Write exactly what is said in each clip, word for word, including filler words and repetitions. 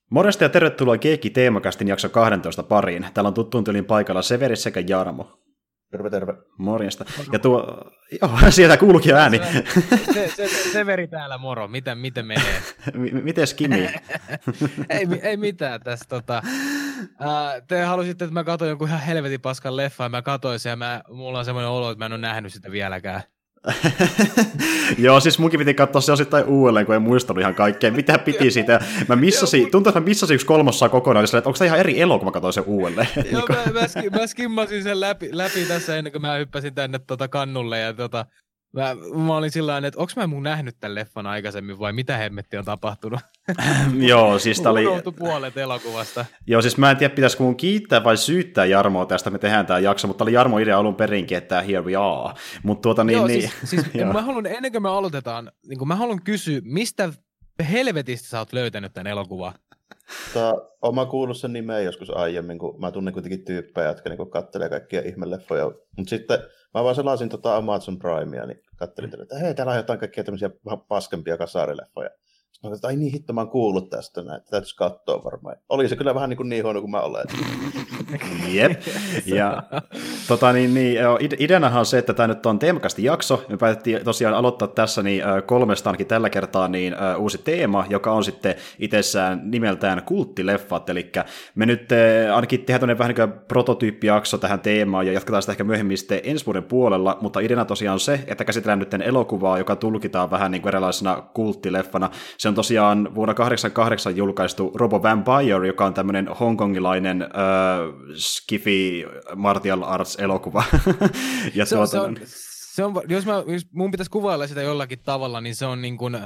Morjesta ja tervetuloa Geekki Teemakastin jakso kaksitoista pariin. Täällä on tuttuun tyylin paikalla Severi sekä Jarmo. Terve, terve. Morjesta. Ja tuo, joo, sieltä kuuluukin ääni. Se, se, se, Severi täällä, moro. Miten, miten menee? M- mites Kimi? ei, ei mitään tässä. Tota, ää, te halusitte, että mä katsoin jonkun ihan helvetin paskan leffaa, ja mä katsoin sen, ja mä, mulla on semmoinen olo, että mä en ole nähnyt sitä vieläkään. Joo, siis munkin piti katsoa se osittain uudelleen, kun en muistanut ihan kaikkea, mitä piti siitä. Mä missasin, tuntuu, että mä missasin yksi kolmossa kokonaan, että onko tämä ihan eri elo, kun mä katsoin sen uudelleen. Joo, mä, mä, mä skimmasin sen läpi, läpi tässä ennen kuin mä hyppäsin tänne tota kannulle, ja tota, mä, mä olin sillä tavalla, että onko mä mun nähnyt tämän leffan aikaisemmin, vai mitä hemmetti on tapahtunut? Joo, siis tää oli... Unohtui puolet elokuvasta. Joo, siis mä en tiedä, pitäisikö mun kiittää vai syyttää Jarmoa tästä, me tehdään tää jakso, mutta oli Jarmo idea alun perinkin, että here we are. Mut tuota niin... Joo, niin... siis, siis mä haluan, ennen kuin me aloitetaan, niin mä haluan kysyä, mistä helvetistä sä oot löytänyt tämän elokuvan? Tota, oon mä kuullut sen nimeä joskus aiemmin, kun mä tunnen kuitenkin tyyppejä, jotka niin kattelee kaikkia ihmeleffoja. Mutta sitten mä vaan selasin tota Amazon Primea, niin kattelin, että hei, täällä on jotain kaikkia tämmöisiä vähän paskempia kasarileffoja. Sitten mä katsoin, ai niin hitto, mä oon kuullut tästä näin, että täytyisi katsoa varmaan. Oli se kyllä vähän niin, kuin niin huono kuin mä olen. Jep. Ja tota, niin, niin, ideanahan on se, että tämä nyt on Teemakastin jakso. Me päätettiin tosiaan aloittaa tässä niin, kolmestaankin tällä kertaa niin, uh, uusi teema, joka on sitten itsessään nimeltään kulttileffat. Eli me nyt uh, ainakin tehdään tuonne vähän niin kuin prototyyppijakso tähän teemaan ja jatketaan sitä ehkä myöhemmin sitten ensi vuoden puolella, mutta ideana tosiaan on se, että käsitellään nyt elokuvaa, joka tulkitaan vähän niin kuin erilaisena kulttileffana. Se on tosiaan vuonna kahdeksankymmentäkahdeksan julkaistu Robo Vampire, joka on tämmöinen hongkongilainen uh, skifi martial arts elokuva. ja se, tuota, se on, se on, jos, mä, jos mun pitäisi kuvailla sitä jollakin tavalla, niin se on niin kuin,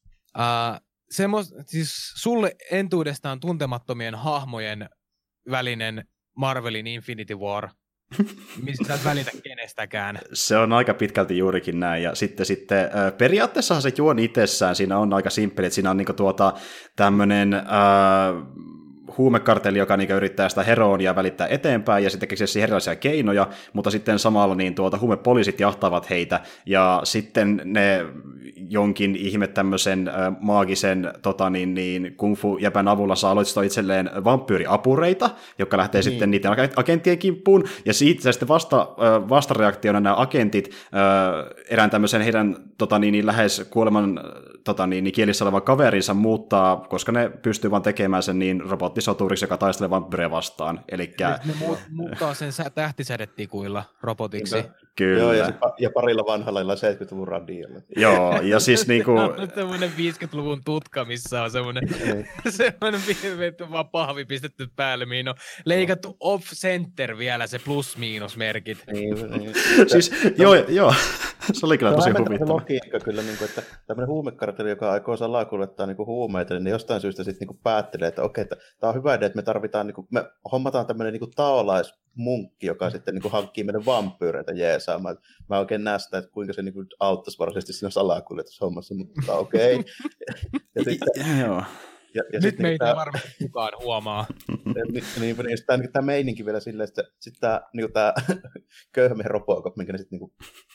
uh, semmos, siis sulle entuudestaan tuntemattomien hahmojen välinen Marvelin Infinity War, mistä sä et välitä kenestäkään. Se on aika pitkälti juurikin näin, ja sitten, sitten periaatteessahan se juoni itsessään, siinä on aika simppeli, että siinä on niinku tuota, tämmöinen äh, huumekartelli, joka niinku yrittää sitä heroonia välittää eteenpäin, ja sitten keksii erilaisia keinoja, mutta sitten samalla niin tuota, huumepoliisit jahtaavat heitä, ja sitten ne jonkin ihme tämmöisen äh, maagisen tota, niin, niin, kung-fu-jäpän avulla saa aloittaa itselleen vampyyriapureita, jotka lähtee niin. sitten niiden agenttien kimppuun, ja siitä sitten vasta, äh, vastareaktiona nämä agentit äh, erään tämmöisen heidän tota, niin, niin, lähes kuoleman tota, niin, niin, kielissä olevan kaverinsa muuttaa, koska ne pystyy vaan tekemään sen niin robottisoturiksi, joka taistelee vampyyriä vastaan. Elikkä... Ne mu- muuttaa sen tähtisädetikuilla robotiksi. Kyllä. Joo, ja, se, ja parilla vanhalla seitsemänkymmentäluvun radiolla. Joo, ja siis niinku... on semmoinen viisikymmentäluvun tutka, missä on semmoinen, semmoinen vaan pahvi pistetty päälle, mihin on leikattu off-center vielä se plus-miinusmerkit. Niin, niin. siis, joo, joo, se oli kyllä tosi huvittava. Se logiikka kyllä, niin kuin, että tämmöinen huumekarteli, joka aikoo salakuljettaa niin huumeita, niin jostain syystä sitten niin päättelee, että okei, tämä on hyvä idea, että me tarvitaan, niin kuin, me hommataan tämmöinen niin taolaismunkki, joka sitten niin kuin, hankkii meidän vampyyreitä jeesaamaan. Mä oikein näe sitä, että kuinka se niin kuin, auttaisi varsinaisesti siinä salakuljetushommassa, mutta okei. Okay. Ja sitten, joo. Ja, ja nyt meitä tämä, varmasti kukaan huomaa. niin, niin, niin, tämä, tämä meininki vielä silleen, että sitten tämä, niin tämä köyhä miehen Robocop, minkä ne sitten niin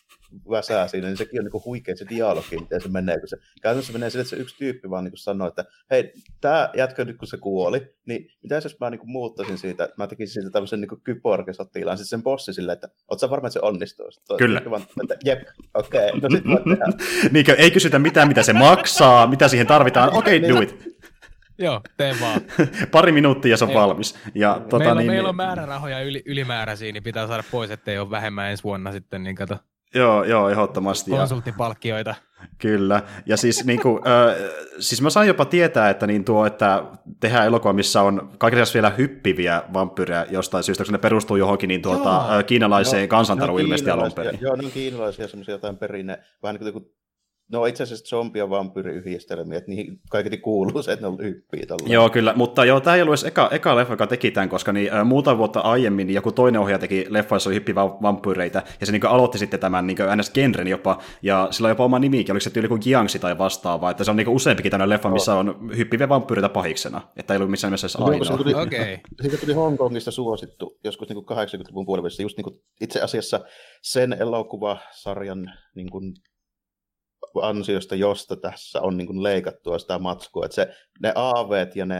väsää siinä, niin sekin on niin huikea se dialogi, miten se menee. Kun se, käytännössä menee sille, että se yksi tyyppi vaan niin sanoo, että hei, tämä jätkä nyt kun se kuoli, niin mitä jos mä niin muuttaisin siitä, että mä tekisin siitä tämmöisen niin kyborg-sotilaan, sitten sen bossi silleen, että oot sä varma, että se onnistuu? Sitten kyllä. Vaan, että jep, okei, okay, no sit vaan tehdään. Niinkö, ei kysytä mitään, mitä se maksaa, mitä siihen tarvitaan, okei, okay, do it. Joo, tee vaan. Pari minuuttia ja se on Ei. valmis. Ja, tota, meillä, niin, meillä on määrärahoja yli, ylimääräisiä, niin pitää saada pois, ettei ole vähemmän ensi vuonna sitten, niin kato. Joo, joo, ehdottomasti. Konsulttipalkkioita. Kyllä, ja siis, niin kuin, äh, siis mä sain jopa tietää, että, niin tuo, että tehdään elokuva, missä on kaikenlaisia vielä hyppiviä vampyyrejä jostain syystä, koska ne perustuu johonkin niin, tuota, äh, kiinalaiseen kansantaruun ilmeisesti alun perin. Joo, ne on kiinalaisia semmoisia jotain perinne, vähän niin kuin no itse asiassa zombi- ja vampyyri-yhdistelmiä, että niihin kaiketi kuuluu se, että ne hyppii tolleen. Joo, kyllä, mutta joo, tämä ei ollut edes eka, eka leffa, joka teki tämän, koska niin, ä, muutama vuotta aiemmin niin joku toinen ohjaaja teki leffa, jossa oli hyppiviä vampyyreitä, ja se niin kuin, aloitti sitten tämän niin N S-genren jopa, ja sillä on jopa oma nimikin, oliko se tyyli kuin Jiangxi tai vastaava, että se on niin kuin, useampikin tämmöinen leffa, missä on hyppiviä vampyyreitä pahiksena, että ei ollut missään nimessä edes ainoa. Se tuli, okay. Siitä tuli Hongkongista suosittu joskus niin kuin kahdeksankymmentäluvun puolivälissä, just niin kuin itse asiassa sen elokuvasarjan niin kuin ansiosta, josta tässä on niin kuin leikattua sitä matskua, että se, ne aaveet ja ne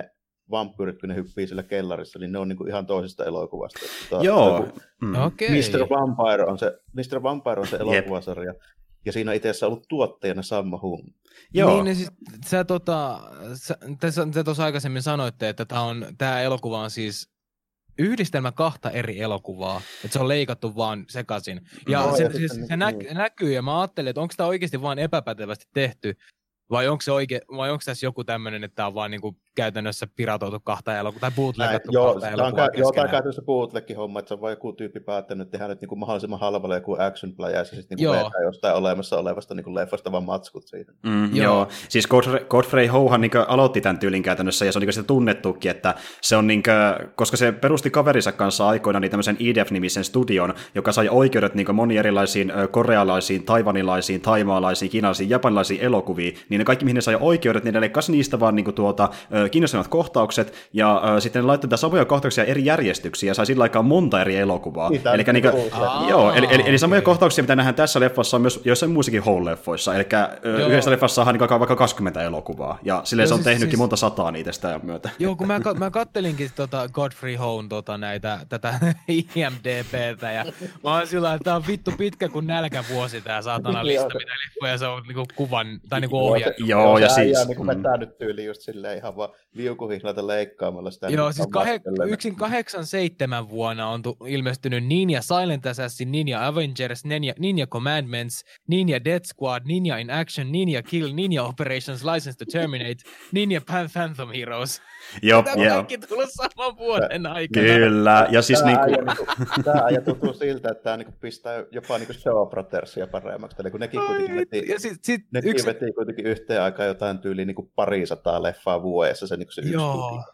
vampyyrit, kun ne hyppii siellä kellarissa, niin ne on niinku ihan toisesta elokuvasta. Tota, Joo. Mm. Okei. mister Vampire on se, mister Vampire on se elokuvasarja, ja siinä on itse asiassa ollut tuottajana Sammo Hung. Joo. Niin, niin siis, sä tota, sä, te tuossa aikaisemmin sanoitte, että tää, on, tää elokuva on siis yhdistelmä kahta eri elokuvaa, että se on leikattu vaan sekaisin. Ja no, se, ja siis, sitten, se nä- niin. näkyy, ja mä ajattelin, että onko tämä oikeasti vain epäpätevästi tehty, vai onko, se oike, vai onko tässä joku tämmöinen, että tämä on vaan niinku käytännössä piratoitu kahta elokuvaa, tai bootlegattu joo, kahta tämä elokuvaa on, joo, tämä on keskenään. käytännössä bootlegin homma, että se on vain joku tyyppi päättänyt tehdä nyt niinku mahdollisimman halvalla joku action play, ja sitten niinku vetää jostain olemassa olevasta niinku leffasta vaan matskut siitä. Mm, joo. joo, siis Godfrey, Godfrey Hohan niin aloitti tämän tyylin käytännössä, ja se on niin sitä tunnettukin, että se on, niin kuin, koska se perusti kaverinsa kanssa aikoina niin tämmöisen E D F-nimisen studion, joka sai oikeudet niin moniin erilaisiin korealaisiin, taivanilaisiin, taimaalaisiin, kiinalaisiin, japanilaisiin elokuviin, niin ne kaikki, mihin ne sai oikeudet, niin ne leikkasi niistä vaan niin kuin, tuota, kiinnostavat kohtaukset, ja äh, sitten ne laittoi tätä samoja kohtauksia eri järjestyksiä, ja sai sillä aikaa monta eri elokuvaa. Niin, eli, niin kuin, joo, eli, eli, eli samoja okay. kohtauksia, mitä nähdään tässä leffassa, on myös joissain muissakin Hole-leffoissa, eli joo. yhdessä leffassa saadaan niin vaikka kaksikymmentä elokuvaa, ja silleen joo, se on siis, tehnytkin siis... monta sataa niitä sitä myötä. Joo, kun mä, mä kattelinkin tota Godfrey Hone tota näitä, tätä I M D B:tä, ja mä oon sillä että tää on vittu pitkä kuin nälkävuosi tää saatana lista, mitä leffoja se on niinku kuvan, tai niinku ohjattu. Joo, joo ja siis... Se niinku vetää nyt tyyli just silleen ihan vaan viukuhihnalta leikkaamalla sitä. Joo, siis kah- yksin kahdeksankymmentäseitsemän vuonna on tu- ilmestynyt Ninja Silent Assassin, Ninja Avengers, Ninja, Ninja Commandments, Ninja Death Squad, Ninja in Action, Ninja Kill, Ninja Operations, License to Terminate, Ninja Phantom Heroes. Joo, Tämä on kaikki tullut saman vuoden aikana. Kyllä, ja siis tämä niinku... Tämä ajan tuntuu siltä, että tämä niinku pistää jopa niinku Shaw Brothersia paremmaksi. Eli kun nekin kuitenkin veti, ja sit, sit nekin yksi... veti kuitenkin yhteen aikaan jotain tyyliin niinku parisataa leffaa vuodessa, se, niinku se yksi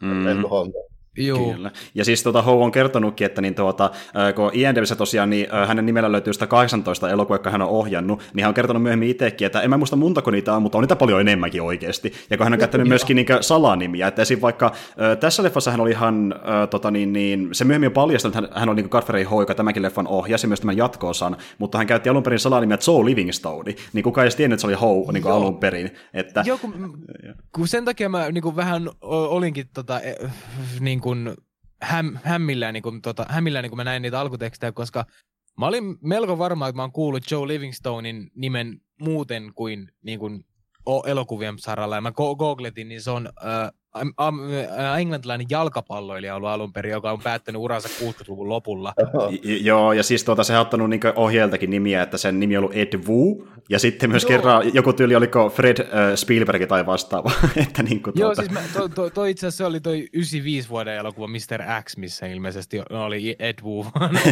tuki. Joo. Kyllä. Ja siis tuota, Howe on kertonutkin, että niin tuota, kun I M D B:ssä tosiaan niin, hänen nimellä löytyy sitä kahdeksantoista elokuvaa, joka hän on ohjannut, niin hän on kertonut myöhemmin itsekin, että en mä muista montako niitä on, mutta on niitä paljon enemmänkin oikeasti. Ja kun hän on käyttänyt myöskin niin salanimiä, että esim. Vaikka tässä leffassa hän oli ihan, tota, niin, niin, se myöhemmin on paljastanut, että hän on niin Godfrey Howe, joka tämänkin leffan ohjasi myös tämän jatko-osan, mutta hän käytti alun perin salanimiä Joe Livingstone, niin kukaan ei edes tiennyt, että se oli Howe niin alun perin. Että... Joo, kun, kun sen takia mä niin vähän olinkin tota, niin kuin häm, hämmillään, niin kuin, tota, hämmillään niin kuin mä näin niitä alkutekstejä, koska mä olin melko varma, että mä oon kuullut Joe Livingstonein nimen muuten kuin, niin kuin elokuvien saralla, ja mä go- googletin, niin se on äh, äh, englantilainen jalkapalloilija ollut alun perin, joka on päättänyt uransa kuusikymmentäluvun lopulla. J- joo, ja siis tuota, se on ottanut niin ohjeeltakin nimiä, että sen nimi on ollut Ed Wu, ja sitten myös joo. kerran joku tyyli oliko Fred äh, Spielberg tai vastaava. että niin kuin, joo, tuota... siis mä, to, to, to itse asiassa oli toi yhdeksänkymmentäviisi vuoden elokuva mister X, missä ilmeisesti oli Ed Wu.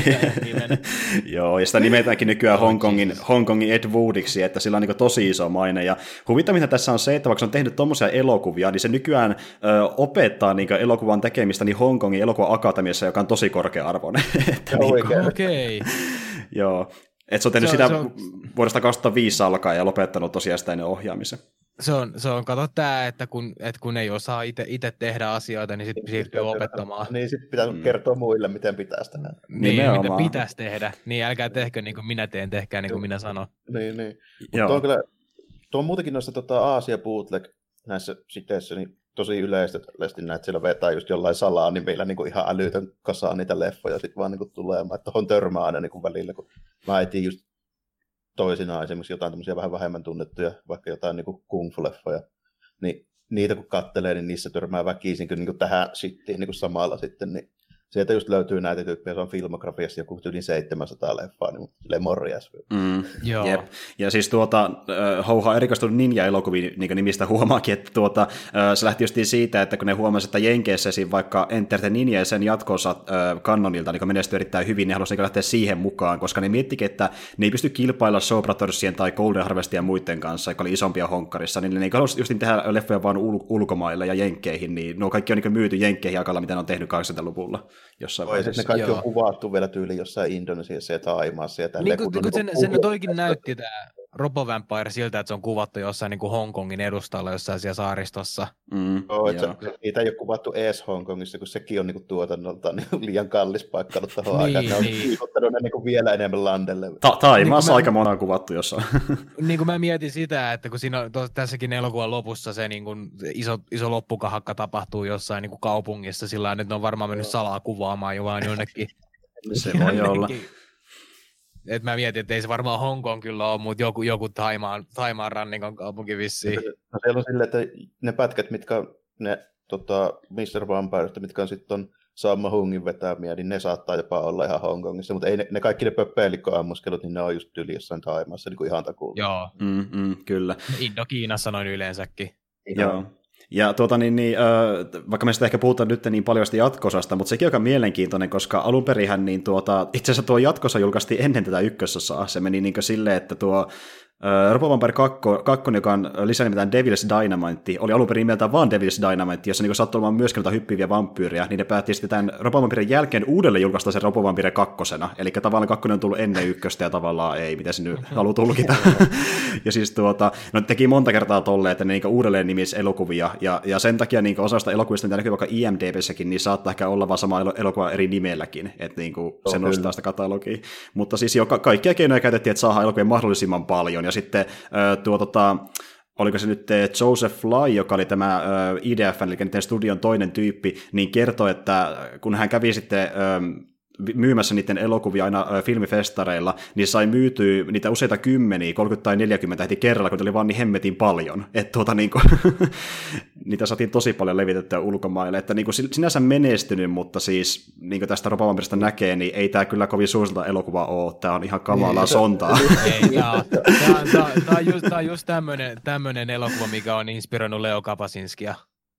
joo, ja sitä nimetäänkin nykyään Hongkongin, Hongkongin Ed Woodiksi, että sillä on niin tosi iso maine, ja huvittavinta tässä on se, että vaikka se on tehnyt tommosia elokuvia, niin se nykyään ö, opettaa niin elokuvan tekemistä niin Hongkongin elokuva-akatemiassa, joka on tosi korkea-arvoinen. Okei. Joo, että se on tehnyt se, sitä se on... vuodesta kaksituhattaviisi alkaen ja lopettanut tosiaan sitä ennen ohjaamisen. Se on, se on kato tämä, että kun, et kun ei osaa itse tehdä asioita, niin sitten niin siirtyy sit opettamaan. Niin, sitten pitää mm. kertoa muille, miten pitäisi tehdä. Niin, mitä pitäisi tehdä. Niin, älkää tehkö niin kuin minä teen, tehkää niin kuin minä sanon. Niin, niin. Mutta on kyllä, tuo on muutenkin noissa tota, Aasia bootleg näissä siteissä, niin tosi yleistä näitä siellä vetää just jollain salaa, niin meillä niin kuin ihan älytön kasaa niitä leffoja sitten vaan niin kuin tulee. Mä tuohon törmää aina niin kuin välillä, kun mä etin just toisinaan esimerkiksi jotain tämmöisiä vähän vähemmän tunnettuja, vaikka jotain niin kuin kung-fu-leffoja, niin niitä kun kattelee, niin niissä törmää väkisin niin kuin tähän shittiin niin kuin samalla sitten, niin sieltä just löytyy näitä tyyppejä, se on filmografiassa joku yli seitsemänsataa leffaa, niin silleen morjas. Mm, Jep. Ja siis tuota, Howe on erikoistunut ninja-elokuviin, niin kuin nimistä huomaakin, että tuota, se lähti just siitä, että kun ne huomasivat, että Jenkeissä vaikka Enter the Ninja ja sen jatko-osa Cannonilta niin menestyi erittäin hyvin, niin halusivat lähteä siihen mukaan, koska ne miettikin, että ne ei pysty kilpailla Shaw Brothersien tai Golden Harvestin ja muiden kanssa, jotka oli isompia honkkarissa, niin ne ei halusi just tehdä leffoja vaan ul- ulkomaille ja Jenkkeihin, niin nuo kaikki on niin myyty Jenkkeihin akalla, mitä ne on tehnyt kahdeksankymmentäluvulla. Jossain vaiheessa. Ne kaikki Joo. on kuvattu vielä tyyli jossain Indonesiassa ja Taimaassa. Ja niin kuin sen, sen toikin näytti tämä Robovampire siltä, että se on kuvattu jossain niin kuin Hongkongin edustalla jossain siellä saaristossa. Mm, joo, että se, niitä ei ole kuvattu ees Hongkongissa, kun sekin on niin kuin tuotannolta niin liian kallis paikka ollut tuohon niin, aikaan. Ne niin. on ottanut ne niin kuin vielä enemmän landelle. Ta- Taimaassa niin aika moni on kuvattu jossain. Niin kuin mä mietin sitä, että kun siinä on tos, tässäkin elokuvan lopussa se, niin kuin, se iso, iso loppukahakka tapahtuu jossain niin kuin kaupungissa, sillä että ne on varmaan mennyt salaa kuvaamaan jo vaan jonnekin. Se voi olla. Et mä mietin, että ei se varmaan Hongkong kyllä ole, mutta joku, joku Taimaan, Taimaan rannikon kaupunki vissiin. No siellä on silleen, että ne pätkät, mitkä on ne tota, mister Vampiresta, mitkä on sitten on Sammo Hungin vetämiä, niin ne saattaa jopa olla ihan Hongkongissa, mutta ei ne, ne kaikki ne pöppeelikkoammuskelut, niin ne on just yli jossain Taimaassa, niin kuin ihan takuulla. Joo. Mm, mm, kyllä. Indo-Kiinassa noin yleensäkin. Ihan. Joo. Ja tuota, niin, niin, äh, vaikka me sitä ehkä puhutaan nyt niin paljon sitä jatkosasta, mutta sekin on aika mielenkiintoinen, koska alun perinhän niin tuota, itse asiassa tuo jatkosa julkaistiin ennen tätä ykkösosaa. Se meni niin silleen, että tuo äh, RoboVampire kaksi, joka on lisänimeltään Devil's Dynamite, oli alun perin nimeltään vaan Devil's Dynamite, jossa niin sattui olemaan myöskin noita hyppiviä vampyyriä, niin ne päätti sitten tämän RoboVampiren jälkeen uudelleen julkaista sen RoboVampire kakkosena. Eli tavallaan kakkonen on tullut ennen ykköstä ja tavallaan ei, mitä se nyt haluaa tulkita. Ja siis tuota, no teki monta kertaa tolleen, että ne niin uudelleen nimis elokuvia, ja, ja sen takia niin osasta elokuvista, mitä näkyy vaikka I M D B:ssäkin, niin saattaa ehkä olla vaan sama elokuva eri nimelläkin, että niin se nostaa sitä katalogia. Mutta siis jo ka- kaikkia keinoja käytettiin, että saadaan elokuvia mahdollisimman paljon, ja sitten tuo tota, oliko se nyt Joseph Fly, joka oli tämä I D F, eli niiden studion toinen tyyppi, niin kertoi, että kun hän kävi sitten myymässä niiden elokuvia aina filmifestareilla, niin sai myytyä niitä useita kymmeniä, kolmekymmentä tai neljäkymmentä heti kerralla, kun oli vaan niin hemmetin paljon. Että tuota, niin kuin, niitä saatiin tosi paljon levitettyä ulkomaille. Että niin kuin, sinänsä menestynyt, mutta siis niin kuin tästä RoboVampiresta näkee, niin ei tämä kyllä kovin suositelta elokuva ole. Tämä on ihan kamalaa sontaa. Ei, tämä on, tämä on, tämä on just, tämä on just tämmöinen, tämmöinen elokuva, mikä on inspiroinut Leo Kapasinskia.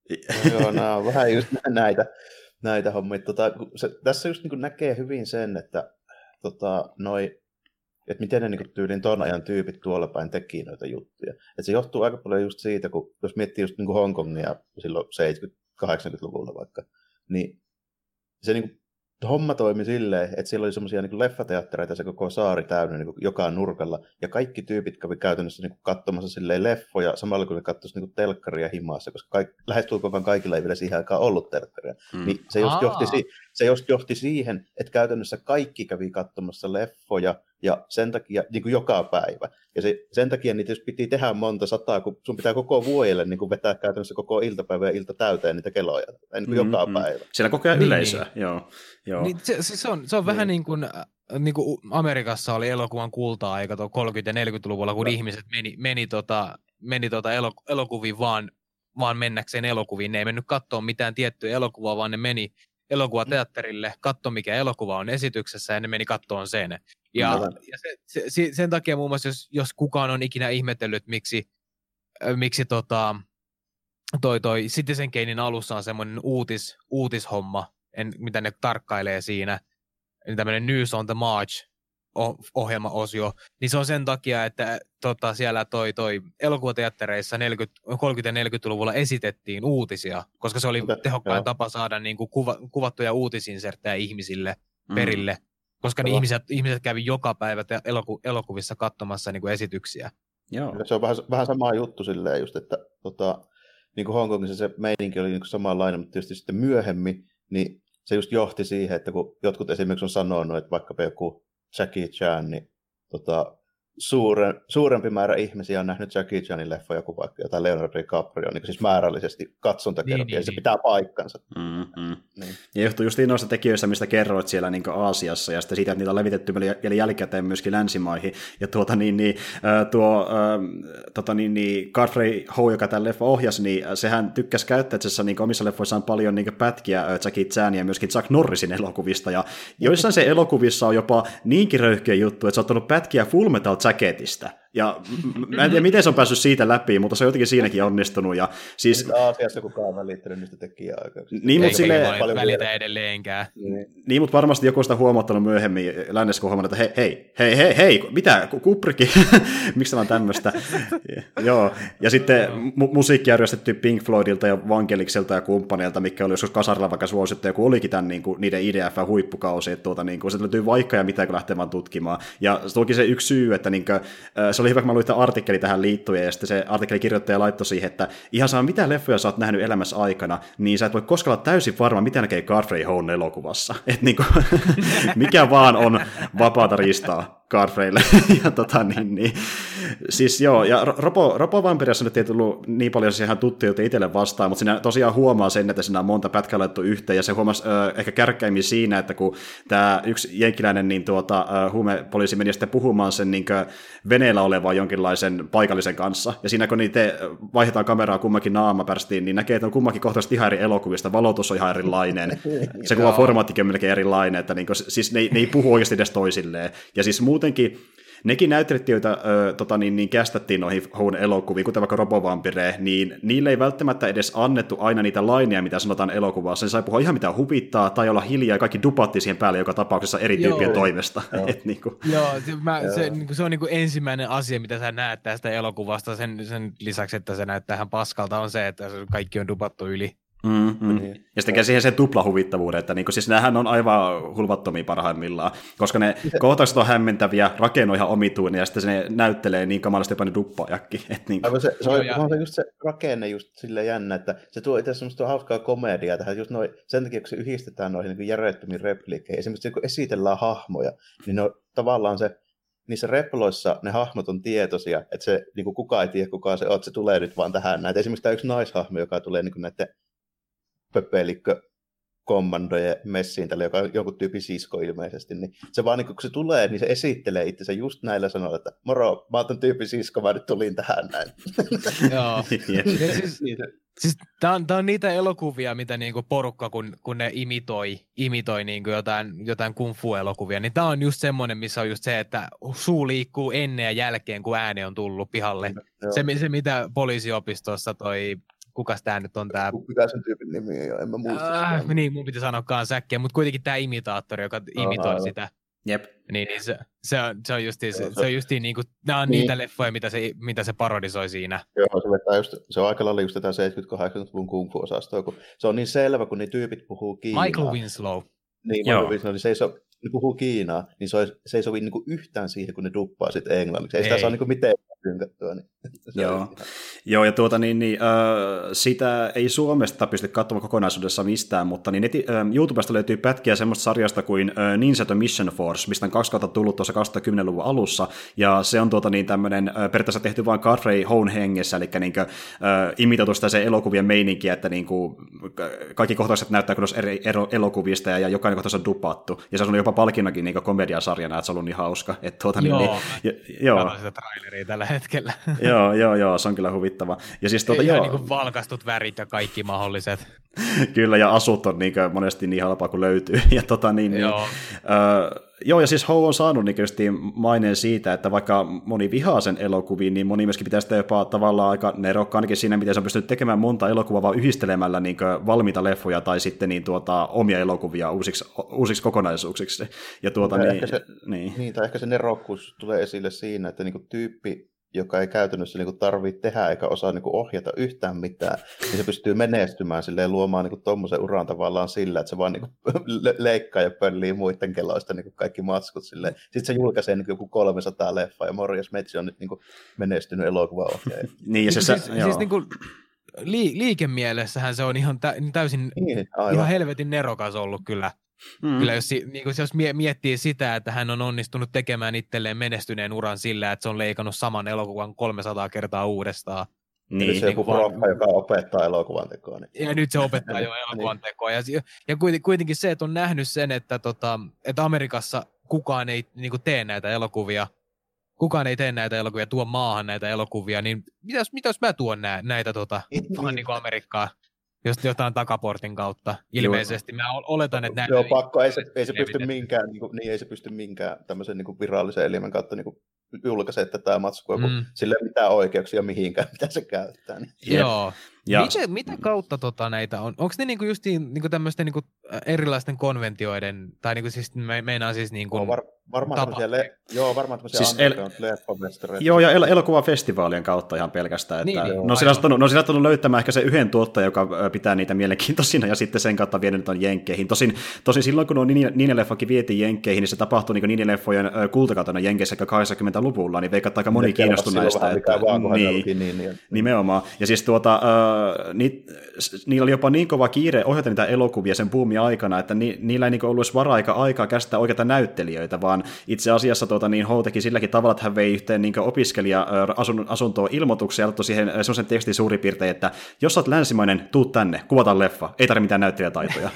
Joo, nämä on vähän just näitä. näitä hommia. Tota, se, tässä just niin näkee hyvin sen, että, tota, noi, että miten ne niin tyylin ton ajan tyypit tuolla päin teki noita juttuja. Et se johtuu aika paljon just siitä, kun jos miettii just niin Hongkongia silloin seitsemänkymmentä-kahdeksankymmentäluvulla vaikka, niin se niin homma toimi silleen, että siellä oli semmoisia niin leffateattereita se koko saari täynnä niin joka nurkalla, ja kaikki tyypit kävi käytännössä niin katsomassa silleen leffoja, samalla kun ne katsoisi niin telkkaria himassa, koska kaik, lähestulkoon kaikilla ei vielä siihen aikaan ollut telkkaria. Mm. Niin se, just johti, se just johti siihen, että käytännössä kaikki kävi katsomassa leffoja, ja sen takia niin kuin joka päivä. Ja se, sen takia niitä jos piti tehdä monta sataa, kun sun pitää koko vuodelle niin kuin vetää käytännössä koko iltapäivä ja ilta täyteen niitä keloja. Niin kuin mm, joka mm. päivä. Siellä koko ajan yleisöä, niin, joo. joo. Niin, se, se, on, se on niin. vähän niin kuin, niin kuin Amerikassa oli elokuvan kulta-aika kolmekymmentä- ja neljäkymmentäluvulla, kun no. ihmiset meni, meni, tota, meni tota elokuviin vaan, vaan mennäkseen elokuviin. Ne ei mennyt katsoa mitään tiettyä elokuvaa, vaan ne meni elokuvateatterille, katso mikä elokuva on esityksessä, ja ne meni kattoon sen. Ja, no, ja se, se, sen takia muun muassa, jos, jos kukaan on ikinä ihmetellyt, miksi, äh, miksi tota, toi, toi Citizen Kanein alussa on semmoinen uutis, uutishomma, en, mitä ne tarkkailee siinä, niin tämmöinen News on the March ohjelmaosio, niin se on sen takia, että tota, siellä toi, toi elokuvateattereissa kolmekymmentä- ja neljäkymmentäluvulla esitettiin uutisia, koska se oli tehokkain tapa saada niin kuin kuva, kuvattuja uutisinserttejä ihmisille perille, mm. koska ne ihmiset, ihmiset kävi joka päivä eloku, elokuvissa katsomassa niin kuin esityksiä. Joo. Se on vähän, vähän sama juttu silleen just, että tota, niin kuin Hongkongissa se meininki oli niin kuin samanlainen, mutta tietysti sitten myöhemmin, niin se just johti siihen, että kun jotkut esimerkiksi on sanonut, että vaikkapa joku Jackie Chan, niin tota, suuren, suurempi määrä ihmisiä on nähnyt Jackie Chanin leffoja kuin vaikka jotain Leonardo DiCaprio, niin siis määrällisesti katsontakertoja, niin, niin, ja se niin. pitää paikkansa. Mm-hmm. Niin. Ja johtuu just noista tekijöistä, mistä kerroit siellä niin Aasiassa, ja sitten siitä, että niitä on levitetty vielä jälkikäteen myöskin länsimaihin. Ja tuota niin, niin tuo tota niin, niin Godfrey Ho, joka tämän leffa ohjasi, niin sehän tykkäsi käyttää itse niin omissa leffoissaan paljon niin pätkiä Jackie Chanin ja myöskin Chuck Norrisin elokuvista, ja joissain se elokuvissa on jopa niinkin röyhkeä juttu, että se on ottanut pätkiä Full Metal Jacketista. Ja mä en tiedä, miten se on päässyt siitä läpi, mutta se on jotenkin siinäkin onnistunut. Ja siis Aasiassa kukaan välittänyt niistä tekijäaikauksista. Niin, mutta sille välitä edelleenkään. Niin. niin, mutta varmasti joku sitä huomattanut myöhemmin lännessä, kun huomannut, että hei, hei, hei, hei, mitä, Kubrick? Miksi tämä on tämmöistä? Joo, ja sitten mu- musiikkia ryöstetty Pink Floydilta ja Vangelikselta ja kumppaneilta, mikä oli joskus kasarilla vaikka suosittu, kun olikin tämän niin kuin, niiden I D F-huippukausi, että tuota, niin kuin, se löytyy vaikka ja mitä kun lähtee vaan tutkimaan. Ja se olikin se yksi syy, että niin kuin, se oli oli hyvä, kun mä luin tämän artikkeli tähän liittyen, ja sitten se artikkelikirjoittaja laittoi siihen, että ihan sama mitä leffoja sä oot nähnyt elämässä aikana, niin sä et voi koskaan olla täysin varma, mitä näkee Godfrey Hone elokuvassa. Että niinku, mikä vaan on vapaata ristaa Godfreylle. ja tota niin, niin. Siis joo, ja Robo, Robo Vampiriassa nyt ei tullut niin paljon se ihan tuttuja itselle vastaan, mutta siinä tosiaan huomaa sen, että siinä on monta pätkää laittu yhteen, ja se huomasi äh, ehkä kärkkäimmin siinä, että kun tämä yksi jenkkiläinen niin tuota, äh, huumepoliisi meni sitten puhumaan sen niin veneellä olevan jonkinlaisen paikallisen kanssa, ja siinä kun niitä vaihdetaan kameraa kummankin naamapärstiin, niin näkee, että on kummankin kohtaisesti ihan eri elokuvista, valotus on ihan erilainen, se kuva formaattikin on melkein erilainen, että niin kuin, siis ne, ne ei puhu oikeasti edes toisilleen, ja siis muutenkin nekin näyttelijät, joita ö, tota, niin, niin kästettiin noihin Hone elokuviin, kuten vaikka Robo Vampire, niin niille ei välttämättä edes annettu aina niitä laineja, mitä sanotaan elokuvassa. Ne sai puhua ihan mitä huvittaa tai olla hiljaa, ja kaikki dupatti siihen päälle joka tapauksessa eri Joo. tyyppien toimesta. Et, niin kuin. Joo, se, mä, se, niin kuin, se on niin kuin ensimmäinen asia, mitä sä näet tästä elokuvasta, sen, sen lisäksi, että se näyttää ihan paskalta, on se, että kaikki on dupattu yli. Mm, mm. Niin. Ja sitten siihen sen tuplahuvittavuuden, että niinku, siis näähän on aivan hulvattomia parhaimmillaan, koska ne kohtaukset on hämmentäviä, rakenne on ihan omituinen, ja sitten se näyttelee niin kamalasti jopa ne duppaajakin. Niinku. Se, se, on, on se just se rakenne just silleen jännä, että se tuo itse asiassa semmoista hauskaa komediaa tähän, just noi, sen takia, kun se yhdistetään noihin niin järjettömiin repliikkeihin, esimerkiksi kun esitellään hahmoja, niin ne on, tavallaan se niissä reploissa ne hahmot on tietoisia, että se, niin kuin kukaan ei tiedä, kuka se on, että se tulee nyt vaan tähän näin. Esimerkiksi tämä yksi naishahmo, joka tulee niin kuin näiden pöpelikkö kommandojen messiin, tälle, joka on jonkun tyypin sisko ilmeisesti, niin se vaan niin kun se tulee, niin se esittelee itsensä just näillä sanoilla, että moro, mä oon ton tyypin sisko, mä nyt tulin tähän näin. Joo. siis, siis tää on, tää on niitä elokuvia, mitä niinku porukka, kun, kun ne imitoi, imitoi niinku jotain, jotain kung fu-elokuvia, niin tää on just semmoinen, missä on just se, että suu liikkuu ennen ja jälkeen, kun ääni on tullut pihalle. Se, se, mitä poliisiopistossa toi kukas tää nyt on tää? Mikä sen tyypin nimi on, en mä muista. Äh, niin, mun piti sanoakaan säkkiä, mutta kuitenkin tää imitaattori, joka imitoi Aha, sitä. Jep. Niin, niin se, se, on, se on justiin, se, se on justiin niinku, nää on niin. niitä leffoja, mitä se, mitä se parodisoi siinä. Joo, se vetää just, se on aika lailla just tätä seitsemänkymmentä-kahdeksankymmentäluvun kung fu-osastoa, kun se on niin selvä, kun ne tyypit puhuu Kiinaa. Michael Winslow. Niin, Michael Winslow, niin se ei so, ne puhuu Kiinaa, niin se, on, se ei sovi niinku yhtään siihen, kun ne duppaa sitten englanniksi. Ei, ei. Sitä saa niinku mitään tynkattua. Niin. Joo. Joo, ja tuota niin, niin äh, sitä ei Suomesta pysty katsomaan kokonaisuudessa mistään, mutta niin neti, äh, YouTubesta löytyy pätkiä semmoista sarjasta kuin äh, Ninja The Mission Force, mistä on kaksi kautta tullut tuossa kaksituhattakymmenluvun alussa, ja se on tuota niin tämmöinen äh, periaatteessa tehty vain Godfrey Hone hengessä, eli niin kuin, äh, imitoitu sitä se elokuvien meininkiä, että niin kuin, kaikki kohtaukset näyttää kuin eri ero, elokuvista, ja, ja jokainen kohtaus on dupattu, ja se on jopa palkinnakin niin komediasarjana, että se on ollut niin hauska. Että, tuota, joo, niin, niin, joo. Katsoin sitä traileria tällä hetkellä. joo, joo, joo, se on kyllä huvittava. Ja siis tuota, ihan joo. niin kuin valkastut värit ja kaikki mahdolliset. Kyllä, ja asut on niin kuin, monesti niin halpaa kuin löytyy. Ja tota, niin, niin, joo. Äh, joo, ja siis Ho on saanut niin maineen siitä, että vaikka moni vihaa sen elokuviin, niin moni myöskin pitää sitä jopa tavallaan aika nerokkaan ainakin siinä, miten se on pystynyt tekemään monta elokuvaa vaan yhdistelemällä niin valmiita leffoja tai sitten niin, tuota, omia elokuvia uusiksi, uusiksi kokonaisuuksiksi. Ja tuota, niin, se, niin. niin, tai ehkä se nerokkuus tulee esille siinä, että niin tyyppi, joka ei käytännössä niin tarvitse tehdä eikä osaa niin ohjata yhtään mitään, niin se pystyy menestymään silleen, luomaan niin tuommoisen uran tavallaan sillä, että se vaan niin le- leikkaa ja pöllii muiden keloista niin kaikki matskut silleen. Sitten se julkaisee niin joku kolmesataa leffaa ja Morjas Metsi on nyt niin menestynyt elokuvaohjaaja. niin, ja se, siis, se, siis niin kuin li- liikemielessähän se on ihan tä- täysin niin, ihan helvetin nerokas ollut kyllä. Mm. Kyllä jos, niin kuin, jos miettii sitä, että hän on onnistunut tekemään itselleen menestyneen uran sillä, että se on leikannut saman elokuvan kolmesataa kertaa uudestaan. Niin, nyt se niin joku proffa, vaan joka opettaa elokuvan tekoa. Niin. Ja nyt se opettaa jo elokuvan tekoa. Ja, ja kuitenkin se, että on nähnyt sen, että, tota, että Amerikassa kukaan ei niin kuin tee näitä elokuvia, kukaan ei tee näitä elokuvia, tuo maahan näitä elokuvia, niin mitäs, mitäs mä tuon nä, näitä tota, tuohon niin kuin Amerikkaan? Just jotain takaportin kautta. Ilmeisesti mä oletan, että näin. Joo, pakko. Ei se, ei se pysty minkään, niin, kuin, niin ei se pysty minkään tämmöisen niin kuin virallisen elimen kautta niin julkaisemaan tätä matskua, kun mm. sillä ei mitään oikeuksia mihinkään, mitä se käyttää. Niin. Joo. Ja. Mitä, mitä kautta tota näitä on? Onko ne niinku justiin niinku tämmöisten niinku erilaisten konventioiden, tai niinku siis me, meinaa siis niinku... Var, varmaan le- joo, varmaan tämmöisiä siis el- leffamestareita. Joo, ja el- elokuvafestivaalien kautta ihan pelkästään. Että niin, no, sillä on, no, sillä on löytämään ehkä se yhden tuottaja, joka pitää niitä mielenkiintoisina, ja sitten sen kautta vienyt nyt on jenkkeihin. Tosin, tosin silloin, kun on Nine-leffakin vietiin jenkkeihin, niin se tapahtui niin Nine-leffojen kultakautena jenkeissä kahdeksankymmentäluvulla, niin veikkaan aika moni kiinnostui näistä. Että, vaan, niin, niin, niin, nimenomaan. Ja siis tuota, äh, ni, niillä oli jopa niin kova kiire ohjata niitä elokuvia sen buumin aikana, että ni, niillä ei niin ollut edes varaa aikaa käsittää oikeita näyttelijöitä, vaan itse asiassa tuota, niin Howe teki silläkin tavalla, että hän vei yhteen niin opiskelija-asuntoon ilmoituksia ja laittoi siihen sellaisen tekstin suurin piirtein, että jos sä oot länsimainen, tuu tänne, kuvataan leffa, ei tarvitse mitään näyttelijätaitoja.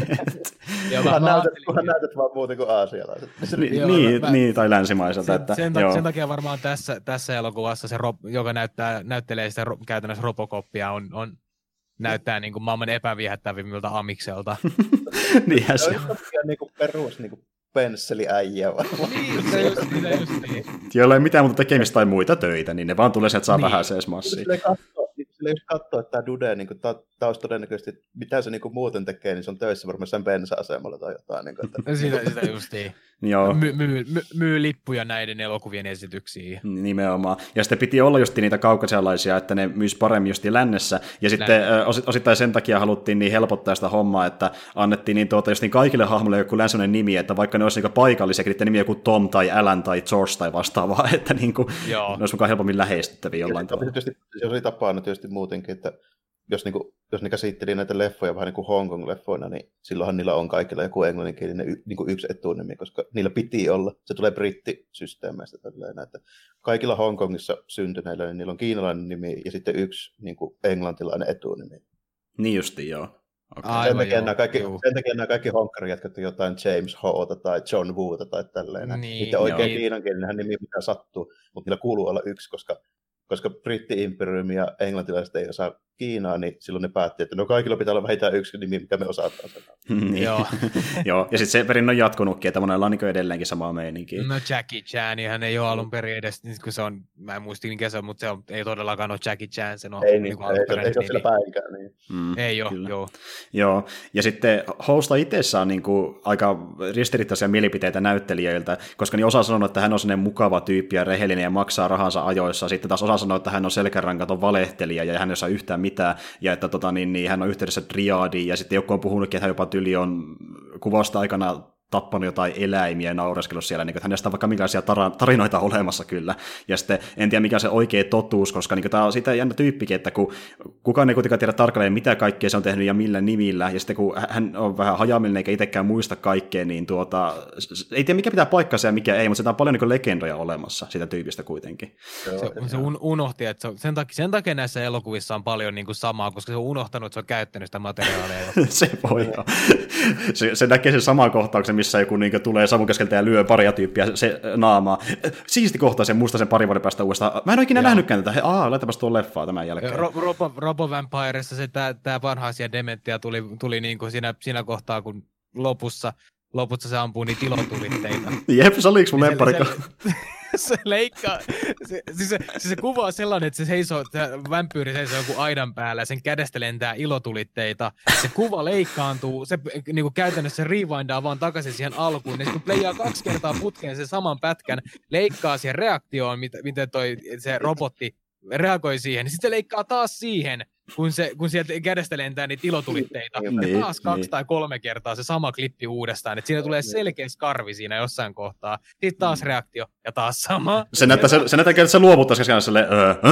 Kunhan näytät, näytät vaan muuten kuin aasialaiset. Niin, niin, mä, niin, tai länsimaiselta. Sen, että, sen, takia, sen takia varmaan tässä, tässä elokuvassa se, joka näyttää, näyttelee sitä ro, käytännössä Robocopia, on, on näyttää niin kuin maailman epäviehättävimmiltä amikselta. Niinhän se on. Niin kuin perus niin kuin pensseliäijä. Niin, se just, se just niin. Joilla ei mitään muuta tekemistä tai muita töitä, niin ne vaan tulee sieltä saa niin. Vähän sees massia. Sillä jos katsoo, että tämä Dude, niin tämä olisi todennäköisesti, mitä se niin kuin muuten tekee, niin se on töissä varmaan sen bensa-asemalla tai jotain. Niin kuin, että... sitä, sitä justiin. My, myy, my, myy lippuja näiden elokuvien esityksiin. Nimenomaan. Ja sitten piti olla just niitä kaukasialaisia, että ne myisi paremmin just lännessä. Ja sitten Länne. osittain sen takia haluttiin niin helpottaa sitä hommaa, että annettiin niin, tuota, just niin kaikille hahmoille joku länsimainen nimi, että vaikka ne olisi niin paikallisia, niiden nimi joku Tom tai Alan tai George tai vastaavaa, että niin kuin, ne olisi mukaan helpommin lähestyttäviä jollain tavalla. Tietysti se oli tapana tietysti muutenkin, että jos, niin kuin, jos ne käsitteli näitä leffoja vähän niin kuin Hong Kong-leffoina, niin silloinhan niillä on kaikilla joku englanninkielinen y, niin kuin yksi etunimi, koska niillä piti olla. Se tulee brittisysteemeistä tälleen, että kaikilla Hong Kongissa syntyneillä, niin niillä on kiinalainen nimi ja sitten yksi niin kuin englantilainen etunimi. Niin justiin, joo. Okay. Sen, takia nämä kaikki, sen takia nämä kaikki honkkarijätkät on jotain James Hoota tai John Woota tai tälleen. Niin, niiden oikein joo. Kiinankielinen nimi mitä sattuu, mutta niillä kuuluu olla yksi, koska koska britti-imperiumi ja englantilaiset ei osaa Kiinaa, niin silloin ne päätti, että no kaikilla pitää olla vähintään yksi nimi, mikä me osataan sanoa. niin. Joo. Joo, ja sitten se perin on jatkunutkin, että monella on niin edelleenkin samaa meininkiä. No Jackie Chan, hän ei ole alun perin edes, kun se on, mä en muista mikä se on, mutta se on, ei todellakaan ole Jackie Chan, se on ei, niin, niin ei, ei se ole sillä päinkään. Niin. Mm, ei ole, joo. Joo, ja sitten Hosta itsessään on niin kuin aika ristiriitaisia mielipiteitä näyttelijöiltä, koska niin osa sanoo, että hän on sellainen mukava tyyppi ja rehellinen ja maksaa rahansa ajoissa, sitten taas osa sanoo, että hän on selkärankaton valehtelija ja hän ei osaa yhtään mitään, ja että tota, niin, niin, hän on yhteydessä Driadiin, ja sitten joku on puhunutkin, että hän jopa tyli on kuvausta aikana tappanut jotain eläimiä ja naureskellut siellä, niin, että hänestä on vaikka minkälaisia tarinoita olemassa kyllä. Ja sitten en tiedä mikä on se oikea totuus, koska niin, tämä on sitä jännä tyyppikin, että kun kukaan ei kuitenkaan tiedä tarkalleen, mitä kaikkea se on tehnyt ja millä nimillä, ja sitten kun hän on vähän hajamillinen eikä itsekään muista kaikkea, niin tuota, ei tiedä mikä pitää paikkansa ja mikä ei, mutta sitä on paljon niin legendoja olemassa sitä tyypistä kuitenkin. Se, se un, unohti, että se, sen, takia, sen takia näissä elokuvissa on paljon niin kuin samaa, koska se on unohtanut, että se on käyttänyt sitä materiaalia. se voi joo. Se, se näkee sen saman kohtauksen, missä joku niin tulee savun keskeltä ja lyö paria tyyppiä se naamaa. Siisti kohtaus ja muista sen parin vuoden päästä uudestaan. Mä en ole ikinä nähnytkään tätä. Aa, laitapas tuon leffaa tämän jälkeen. Ro- Robo, Robo Vampiressa se tämä vanha asia Dementia tuli, tuli niin kuin siinä, siinä kohtaa, kun lopussa, lopussa se ampuu niitä ilotulitteita. Jep, se oliks mun lemppari. Se leikkaa, se, siis se, siis se kuva on sellainen, että se seisoo, vampyyri seisoo joku aidan päällä ja sen kädestä lentää ilotulitteita. Se kuva leikkaantuu, se niin kuin käytännössä rewindaa vaan takaisin siihen alkuun. Ja sitten playaa kaksi kertaa putkeen sen saman pätkän, leikkaa siihen reaktioon, miten toi, se robotti reagoi siihen, niin sitten se leikkaa taas siihen, kun, se, kun sieltä kädestä lentää niitä ilotulitteita. Niin, ja taas kaksi niin. tai kolme kertaa se sama klippi uudestaan, että siinä tulee selkeä skarvi siinä jossain kohtaa. Sitten taas reaktio ja taas sama. Se näyttää, se, se, näyttää, että se luovuttaisi keskenään silleen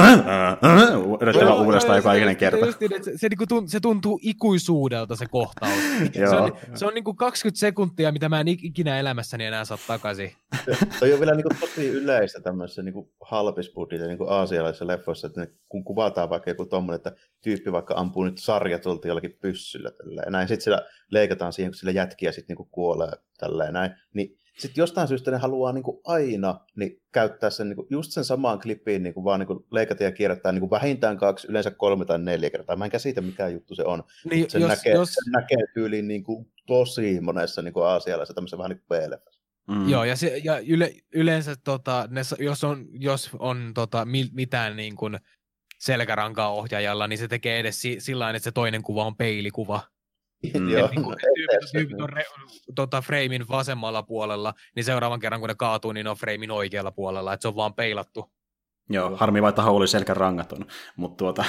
yrittämään uudestaan joka ikinen kerta. Se, se, se, se tuntuu ikuisuudelta se kohtaus. se on, se on niin kuin kaksikymmentä sekuntia, mitä mä en ikinä elämässäni enää saa takaisin. Toi on vielä niin kuin tosi yleistä tämmöisessä niin halpisbudjetissa niin aasialaisissa leffoissa, että ne, kun kuvataan vaikka joku tommoinen, että tyyppi vaikka ampuu nyt sarjatulta jollakin pyssyllä tälleen, näin. Sitten sillä leikataan siihen, kun sillä jätkiä sitten niinku kuolee tälleen näin. Niin sitten jostain syystä ne haluaa niinku aina niin käyttää sen niinku just sen samaan klippiin niinku vaan niinku leikata ja kierrättää niinku vähintään kaksi, yleensä kolme tai neljä kertaa. Mä en käsitä mikä juttu se on. Niin, sen, jos, näkee, jos... sen näkee tyyliin niinku tosi monessa niinku aasialaisessa tämmöisessä vähän niin kuin B-leffassa. Mm. Joo, ja, se, ja yle, yleensä tota, ne, jos on, jos on tota, mitään niin kuin selkärankaa ohjaajalla, niin se tekee edes si- sillä että se toinen kuva on peilikuva. Mm. Joo, Niin kun tyypit, tyypit on re, tota, framein vasemmalla puolella, niin seuraavan kerran kun ne kaatuu, niin ne on framein oikealla puolella, että se on vaan peilattu. Joo, harmi vaan, että Houli selkärangaton, mutta tuota,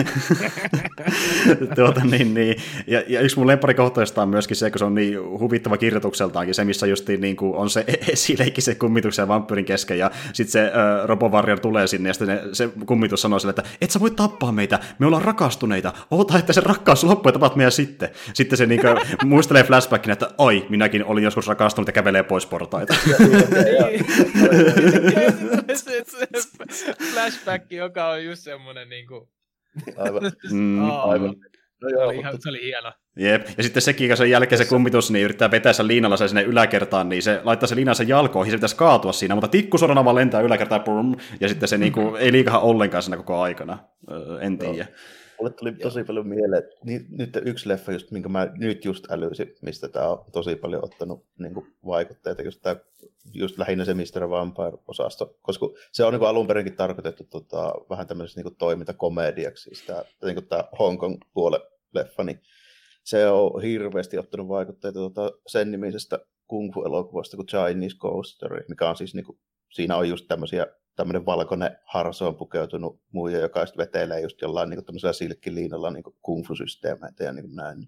tuota niin, niin. Ja, ja yksi mun lemparikohtaista on myöskin se, kun se on niin huvittava kirjoitukseltaankin, se missä justiin niin kuin on se esileikki se kummituksen ja vampyyrin kesken, ja sitten se uh, Robo Warrior tulee sinne, ja sitten ne, se kummitus sanoo sille, että et sä voi tappaa meitä, me ollaan rakastuneita, oota, että se rakkaus loppuu ja tapat meidän sitten. Sitten se niin kuin, muistelee flashbackina, että oi, minäkin olin joskus rakastunut ja kävelee pois portaita. Flashback, joka on just semmoinen niinku... Aivan. Mm, oh, aivan. No se, joo, oli ihan, mutta... se oli hieno. Jep, ja sitten sekin, kun sen jälkeen se kummitus niin yrittää vetää sen liinalla sen sinne yläkertaan, niin se laittaa sen liinan sen jalkoihin, se pitäisi kaatua siinä, mutta tikkusorona vaan lentää yläkertaan, pum, ja sitten se niin kuin, ei liikahan ollenkaan siinä koko aikana, öö, en tiedä. Mulle tuli tosi paljon mieleen, niin, nyt yksi leffa, just, minkä mä nyt just älysin, mistä tää on tosi paljon ottanut niin kuin, vaikutteita, just, tää, just lähinnä se mister Vampire-osasto, koska se on niin kuin, alun perinkin tarkoitettu tota, vähän tämmöiseksi niin toimintakomediaksi, siis tää, niin kuin tää Hong Kong-puolen leffa, niin se on hirveästi ottanut vaikutteita tota, sen nimisestä kung fu-elokuvasta kuin Chinese Ghost Story, mikä on siis, niin kuin, siinä on just tämmöisiä tämmöinen valkoinen harsoon pukeutunut muija, joka sitten vetelee just jollain niin tämmöisellä silkkiliinalla niin kung fu-systeemeitä ja niin näin.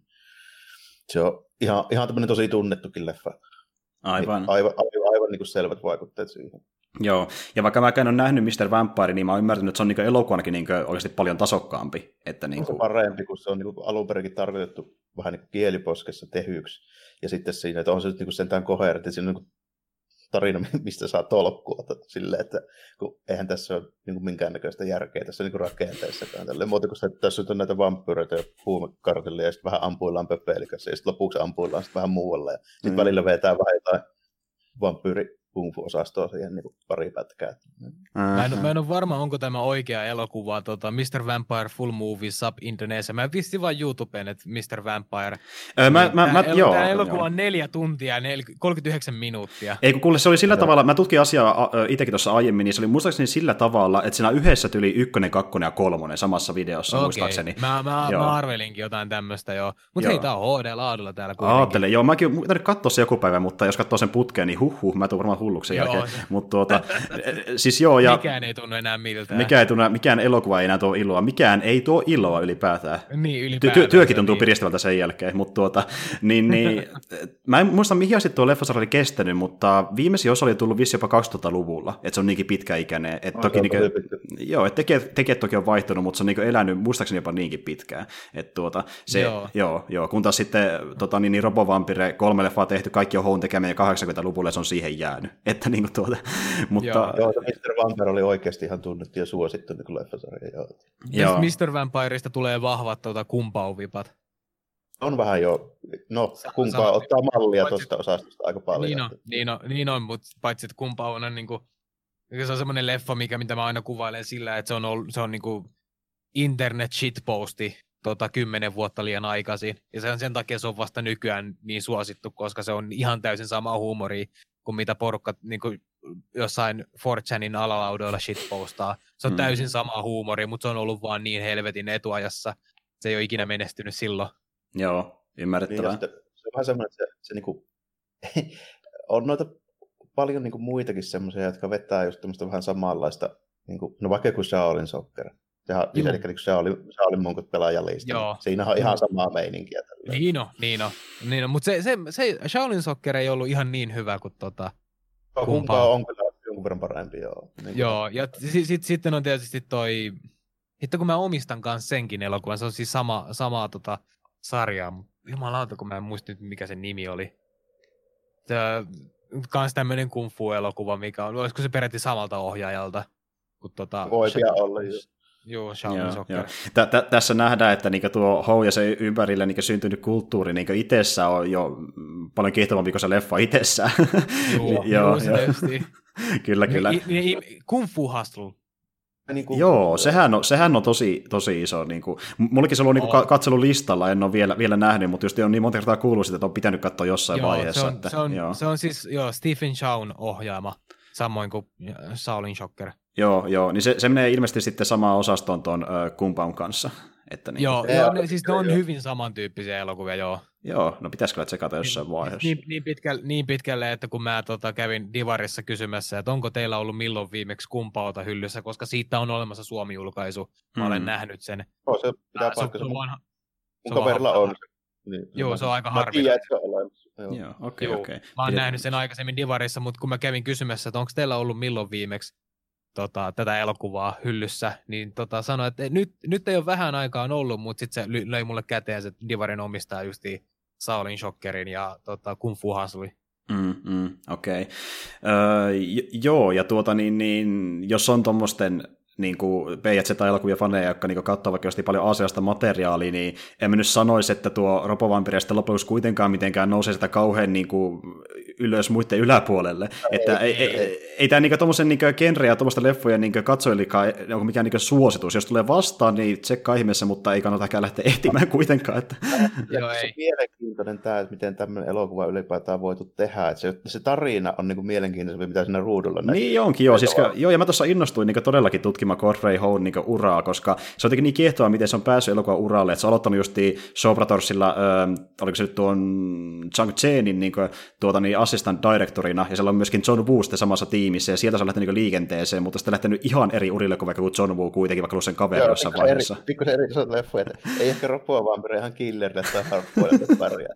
Se on ihan, ihan tämmöinen tosi tunnettukin leffa. Aivan. Niin, aivan, aivan, aivan niin kuin selvät vaikutteet siihen. Joo, ja vaikka mä en ole nähnyt mister Vampire, niin mä oon ymmärtänyt, että se on niin elokuvanakin niin oikeasti paljon tasokkaampi. Että niin kuin... Se on parempi, kun se on niin alun perinkin tarkoitettu vähän niin kieliposkessa tehyksi. Ja sitten siinä, että on se niin sentään koherentti, siinä on niin tarina, mistä saa tolkkua silleen, että kun eihän tässä ole niin minkäännäköistä järkeä tässä niin rakenteessakaan. Tälleen. Muuta kuin se, että tässä on näitä vampyyreitä ja huumekartellia ja sitten vähän ampuillaan pöpelikassa ja sitten lopuksi ampuillaan sitten vähän muualle. Ja sitten mm. välillä vetää vähän jotain vampyyri kung fu-osastoa siihen niin pari pätkää. Mä en, mä en ole varma, onko tämä oikea elokuva, tota, mister Vampire Full Movie Sub Indonesia. Mä pistin vain YouTubeen, että mister Vampire. Öö, mä, mä, tämä, mä, joo, tämä elokuva joo. on neljä tuntia ja kolmekymmentäyhdeksän minuuttia. Ei kun kuule, se oli sillä tavalla, mä tutkin asiaa itsekin tuossa aiemmin, niin se oli muistaakseni sillä tavalla, että siinä yhdessä tyli ykkönen, kakkonen ja kolmonen samassa videossa Okei, muistaakseni. Mä, mä, mä arvelinkin jotain tämmöistä joo. Mutta hei, tää on H D-laadulla täällä kuitenkin. Aattelen, joo, mäkin olen tarvitse katsoa se joku päivä, mutta jos katsoo sen putkeen, niin huh huh, mä tuun varmaan hulluksen jälkeen. Mut tuota, siis joo, ja mikään ei tunnu enää miltään. Mikään, ei tunnu, mikään elokuva ei enää tuo iloa. Mikään ei tuo iloa ylipäätään. Niin, ylipäätään. Ty- työkin tuntuu niin. piristävältä sen jälkeen, mutta tuota, niin, niin, mä en muista mihin asti tuo leffasarja oli kestänyt, mutta viimeisin osa oli tullut vissi jopa kaksituhattaluvulla, että se on niinkin pitkäikäinen. Että toki niin kuin, joo, että tekijät, tekijät toki on vaihtunut, mutta se on niin elänyt muistaakseni jopa niinkin pitkään. Että tuota, se, joo. Joo, joo, kun taas sitten tota, niin, niin Robo Vampire kolme leffaa tehty, kaikki on Houn tekemään ja kahdeksankymmentäluvulla se on siihen jäänyt. Että niin kuin tuota, mutta... Joo, joo mister Vampire oli oikeasti ihan tunnettu ja suosittu niin kuin leffasarja. Joo. Joo. mister Vampireista tulee vahvat tuota, kumpauvipat. On vähän jo, no kumpaa ottaa mallia tuosta osastosta aika paljon. Niin on, niin on, niin on mutta paitsi että kumpaa on niin kuin, se on semmoinen leffa, mikä, mitä mä aina kuvailen sillä, että se on, ollut, se on niin kuin internet shitposti tota, kymmenen vuotta liian aikaisin. Ja sen, sen takia se on vasta nykyään niin suosittu, koska se on ihan täysin sama huumori kuin mitä porukka niin kuin jossain four chanin alalaudoilla shitpostaa. Se on mm. täysin sama huumori, mutta se on ollut vaan niin helvetin etuajassa. Se ei ole ikinä menestynyt silloin. Joo, ymmärrettävää. Niin, se on vähän semmoinen, että se, se niinku, on noita paljon niinku muitakin semmoisia, jotka vetää just tämmöistä vähän samanlaista, niinku, no vaikka joku Shaolin Soccer. Sehän, eli niin Shaolin, Shaolin munkut pelaajalista. Siinä on ihan samaa meininkiä. Tällä. Niin on, niin on. Niin on. Mutta se, se, se Shaolin Soccer ei ollut ihan niin hyvä kuin tota, kumpaa on kyllä jonkun verran parempi, joo. Niin joo, ja sitten sit, sitten on tietysti toi, hitto kun mä omistan kanssa senkin elokuvan, se on siis sama, samaa tota sarjaa, mutta jumalauta, kun mä en muista nyt, mikä sen nimi oli. Se kans tämmönen kung fu-elokuva, mikä on, olisiko se peräti samalta ohjaajalta? Kun tota, voi pian olla, joo. Joo, Shaolin Soccer. Tä, tä, tässä nähdään, että niinku tuo Hou ja se ympärillä niinku syntynyt kulttuuri niinku itsessään on jo paljon kiehtovampi kuin se leffa itsessään. Joo, joo, se tietysti. Kyllä, kyllä. Kung Fu Hustle. Niin kuin, joo, sehän on, sehän on tosi, tosi iso. Niin kuin, mullekin se on ollut niin katselulistalla, en ole vielä, vielä nähnyt, mutta just on niin monta kertaa kuullut sitä, että on pitänyt katsoa jossain joo, vaiheessa. Se on, että, se on, joo. se on siis joo, Stephen Chown ohjaama, samoin kuin Shaolin Soccer. Joo, joo, niin se, se menee ilmeisesti sitten samaan osastoon tuon uh, Kumpaun kanssa. Että niin, joo, se joo on- ne, siis ne on joo. hyvin samantyyppisiä elokuvia, joo. Joo, no pitäisikö kyllä tsekata jossain vaiheessa. Niin, niin, pitkälle, niin pitkälle, että kun mä tota, kävin Divarissa kysymässä, että onko teillä ollut milloin viimeksi kumpaota hyllyssä, koska siitä on olemassa Suomi-julkaisu. Mä olen Mm. nähnyt sen. Oh, se pitää Ah, se on, paikkansa. se on Mun, vanha. mun se on kaverilla vanha- on. Niin, Joo, se on aika Mä harvinainen. tiedän, että se on olemassa. Joo. Joo, okei, Joo. okei. Mä oon Pidä- nähnyt sen aikaisemmin Divarissa, mutta kun mä kävin kysymässä, että onko teillä ollut milloin viimeksi tota, tätä elokuvaa hyllyssä, niin tota, sanoi, että nyt, nyt ei ole vähän aikaan ollut, mutta sitten se ly- löi mulle käteen se Divarin omistaa justiin Shaolin Shockerin ja tota, Kung Fu Hustle. Mm, mm, okei. Okay. Öö, j- joo, ja tuota niin, niin jos on tuommoisten niin kuin P Z elokuvia faneja, jotka niin katsoo vaikka jostain paljon asiasta materiaalia, niin en mä nyt sanoisi, että tuo Robovampire sitten lopuksi kuitenkaan mitenkään nousee sitä kauhean niin kuin ylös muiden yläpuolelle. Ei, että ei, ei, ei, ei tämä niin tuommoisen niin genre ja tuommoista leffojen niin katsojillikaan ole mikään niin suositus. Jos tulee vastaan, niin tsekkaa ihmeessä, mutta ei kannata lähteä etsimään kuitenkaan. Että. Joo, se on ei. mielenkiintoinen tämä, että miten tämmöinen elokuva ylipäätään on voitu tehdä. Että se, se tarina on niin kuin mielenkiintoisempi, mitä siinä ruudulla näkyy. Niin onkin, joo. Siis, joo, ja mä tuossa innostuin niin todellakin tutkimaan Godfrey Hoon niin uraa, koska se on jotenkin niin kiehtoa, miten se on päässyt elokuvan uralle. Että se on aloittanut justiin Sobratorsilla, äh, oliko se nyt tuon Chang Chenin niin kuin, tuota, niin assistant directorina, ja siellä on myöskin John Woo samassa tiimissä, ja sieltä se on lähtenyt niin liikenteeseen, mutta sitten lähtenyt ihan eri urille kuin vaikka kuin John Woo kuitenkin, vaikka ollut sen kaveri jossain vaiheessa. Pikkusen eri isot leffoja, että ei ehkä Robovampire ihan killerille tai harppuille pärjää.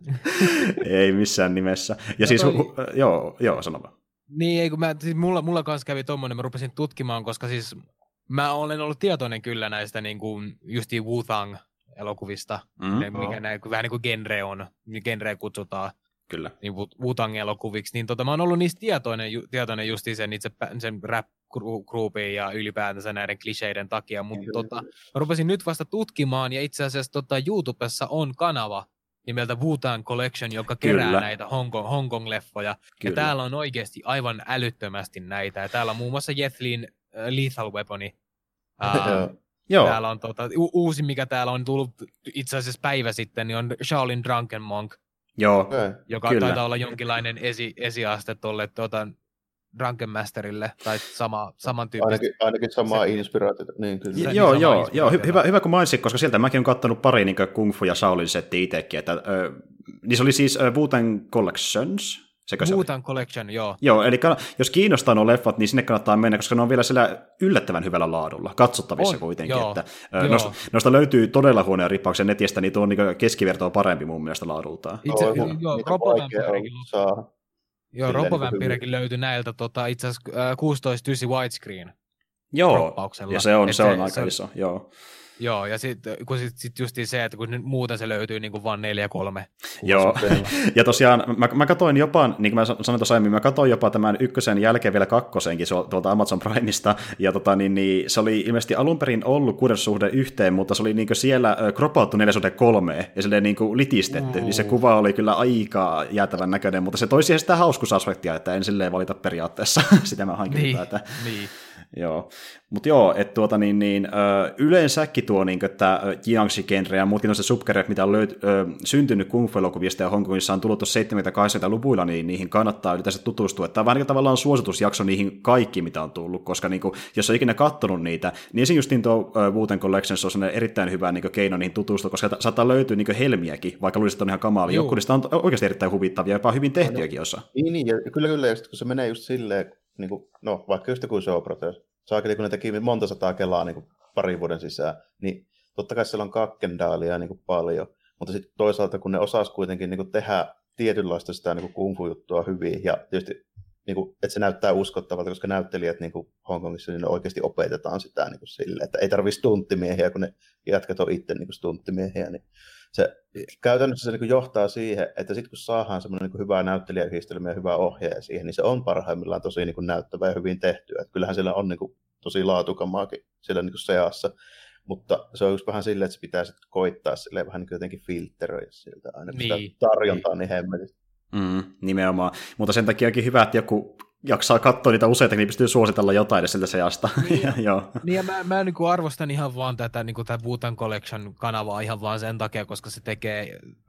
Ei missään nimessä. Ja No siis, toi- hu- joo, joo, sano vaan. Niin, ei, kun mä, siis mulla, mulla kanssa kävi tommonen, mä rupesin tutkimaan, koska siis mä olen ollut tietoinen kyllä näistä niin kuin justiin Wu-Tang-elokuvista, Mm, ne, mikä näin, vähän niin kuin genre on, niin genre kutsutaan kyllä. niin Wu- Wu-Tang-elokuviksi, niin tota, mä oon ollut niistä tietoinen, ju, tietoinen justiin sen itse pä- sen rap-groupin ja ylipäätänsä näiden kliseiden takia, mutta Kyllä. tota, mä rupesin nyt vasta tutkimaan, ja itse asiassa tota, YouTubessa on kanava nimeltä Wu-Tang Collection, joka kerää Kyllä. näitä Hongkong, Hongkong-leffoja. Kyllä. Ja täällä on oikeasti aivan älyttömästi näitä. Ja täällä on muun muassa Jet Lin äh, Lethal Weaponi. Äh, Joo. Joo, täällä on tota, u- uusi, mikä täällä on tullut itse asiassa päivä sitten, niin on Shaolin Drunken Monk, joo, Okay. joka Kyllä. taitaa olla jonkinlainen esi, esiaste tuolle tuota, Drunken Masterille, tai sama, samantyyppistä. Ainakin, ainakin samaa Se- inspiraatiota. Niin, kyllä. Se- joo, niin joo, sama joo, inspiraatio. hy- hyvä, hyvä kun mainitsit, koska sieltä mäkin olen kattonut pari niin Kung Fu ja Shaolin settiä itsekin, että ö, niin se oli siis ö, Wu-Tang Collections, sekö se oli? Wu-Tang Collection, joo. Joo, eli kann- jos kiinnostaa nuo leffat, niin sinne kannattaa mennä, koska ne on vielä siellä yllättävän hyvällä laadulla, katsottavissa On, kuitenkin. joo, Että, ö, joo. noista, noista löytyy todella huonoja rippauksia netistä, niin tuo on niin keskivertoa parempi mun mielestä laadultaan. Itse, Joo, joo, niitä on Robo vaikea Vampirekin, ollut saada. joo, silleen Robo niin kuin Vampirekin löytyi näiltä tota, itse asiassa äh, kuusitoista yhdeksän widescreen Joo, kroppauksella. ja se on, Et se on se- aika se- iso, joo. Joo, ja sitten kun sit, sit justiin se, että kun nyt muuten se löytyy niin kuin vaan neljä kolme. Joo, ja tosiaan mä, mä katoin jopa, niin kuin mä sanoin tuossa aiemmin, mä katoin jopa tämän ykkösen jälkeen vielä kakkosenkin su- tuolta Amazon Primeista, ja tota, niin, niin, se oli ilmeisesti alun perin ollut kuuden suhde yhteen, mutta se oli niin siellä ö, kropauttu neljä suhde kolmeen, ja silleen niin kuin litistetty, Mm. niin se kuva oli kyllä aika jäätävän näköinen, mutta se toi siihen sitä hauskuusaspektia, että en silleen valita periaatteessa, sitä mä hankin Niin, ylipäätään. niin. Joo, mutta joo, että tuota niin, niin ö, yleensäkin tuo niin tämä Jiangxi-genre ja muutkin noista subgenret, mitä on löyt, ö, syntynyt kung fu-elokuvista ja Hongkongissa on tullut tuossa seitsemänkymmentä-kahdeksankymmentäluvuilla, niin niihin kannattaa ylipäänsä tutustua. Tämä on vähän niin kuin tavallaan suositusjakso niihin kaikki, mitä on tullut, koska niin kuin, jos on ikinä katsonut niitä, niin esim. Just niin tuo Wu-Tang Collection on sellainen erittäin hyvä niin kuin keino niihin tutustua, koska saattaa löytyä niin kuin helmiäkin, vaikka luulisit, että on ihan kamaali. Joo. Joku niistä on oikeasti erittäin huvittavia, jopa hyvin tehtyjäkin osa. Niin, niin, ja kyllä, kyllä, ja sit kun se menee just silleen, niin kuin, no vaikka just joku Showbrothers, saakeli kun ne teki monta sataa kelaa niin kuin parin vuoden sisään, niin totta kai siellä on kakkendaalia niin kuin paljon, mutta sitten toisaalta kun ne osas kuitenkin niin kuin tehdä tietynlaista sitä niin kuin kung fu-juttua hyvin, ja tietysti niin kuin, että se näyttää uskottavalta, koska näyttelijät niin kuin Hongkongissa niin ne oikeasti opetetaan sitä niin kuin silleen, että ei tarvitse stunttimiehiä, kun ne jätkät on itse niin kuin stunttimiehiä, niin se käytännössä se niin kuin johtaa siihen, että sitten kun saadaan semmoinen niin kuin hyvä näyttelijäyhdistelmä ja hyvä ohjaaja siihen, niin se on parhaimmillaan tosi niin kuin näyttävää ja hyvin tehtyä. Että kyllähän siellä on niin kuin tosi laatukamaakin siellä niin kuin seassa, mutta se on just vähän silleen, että se pitää sitten koittaa silleen vähän niin kuin jotenkin filtteröidä siltä aina, kun Niin. sitä tarjontaa niin hemmetistä. Mm, nimenomaan. Mutta sen takia onkin hyvä, että joku jaksaa katsoa niitä useita, niin pystyy suositella jotain edes siltä seasta. Niin. Joo. Niin ja mä, mä niin kuin arvostan ihan vaan tätä niin kuin tätä Wu-Tang Collection-kanavaa ihan vaan sen takia, koska se tekee,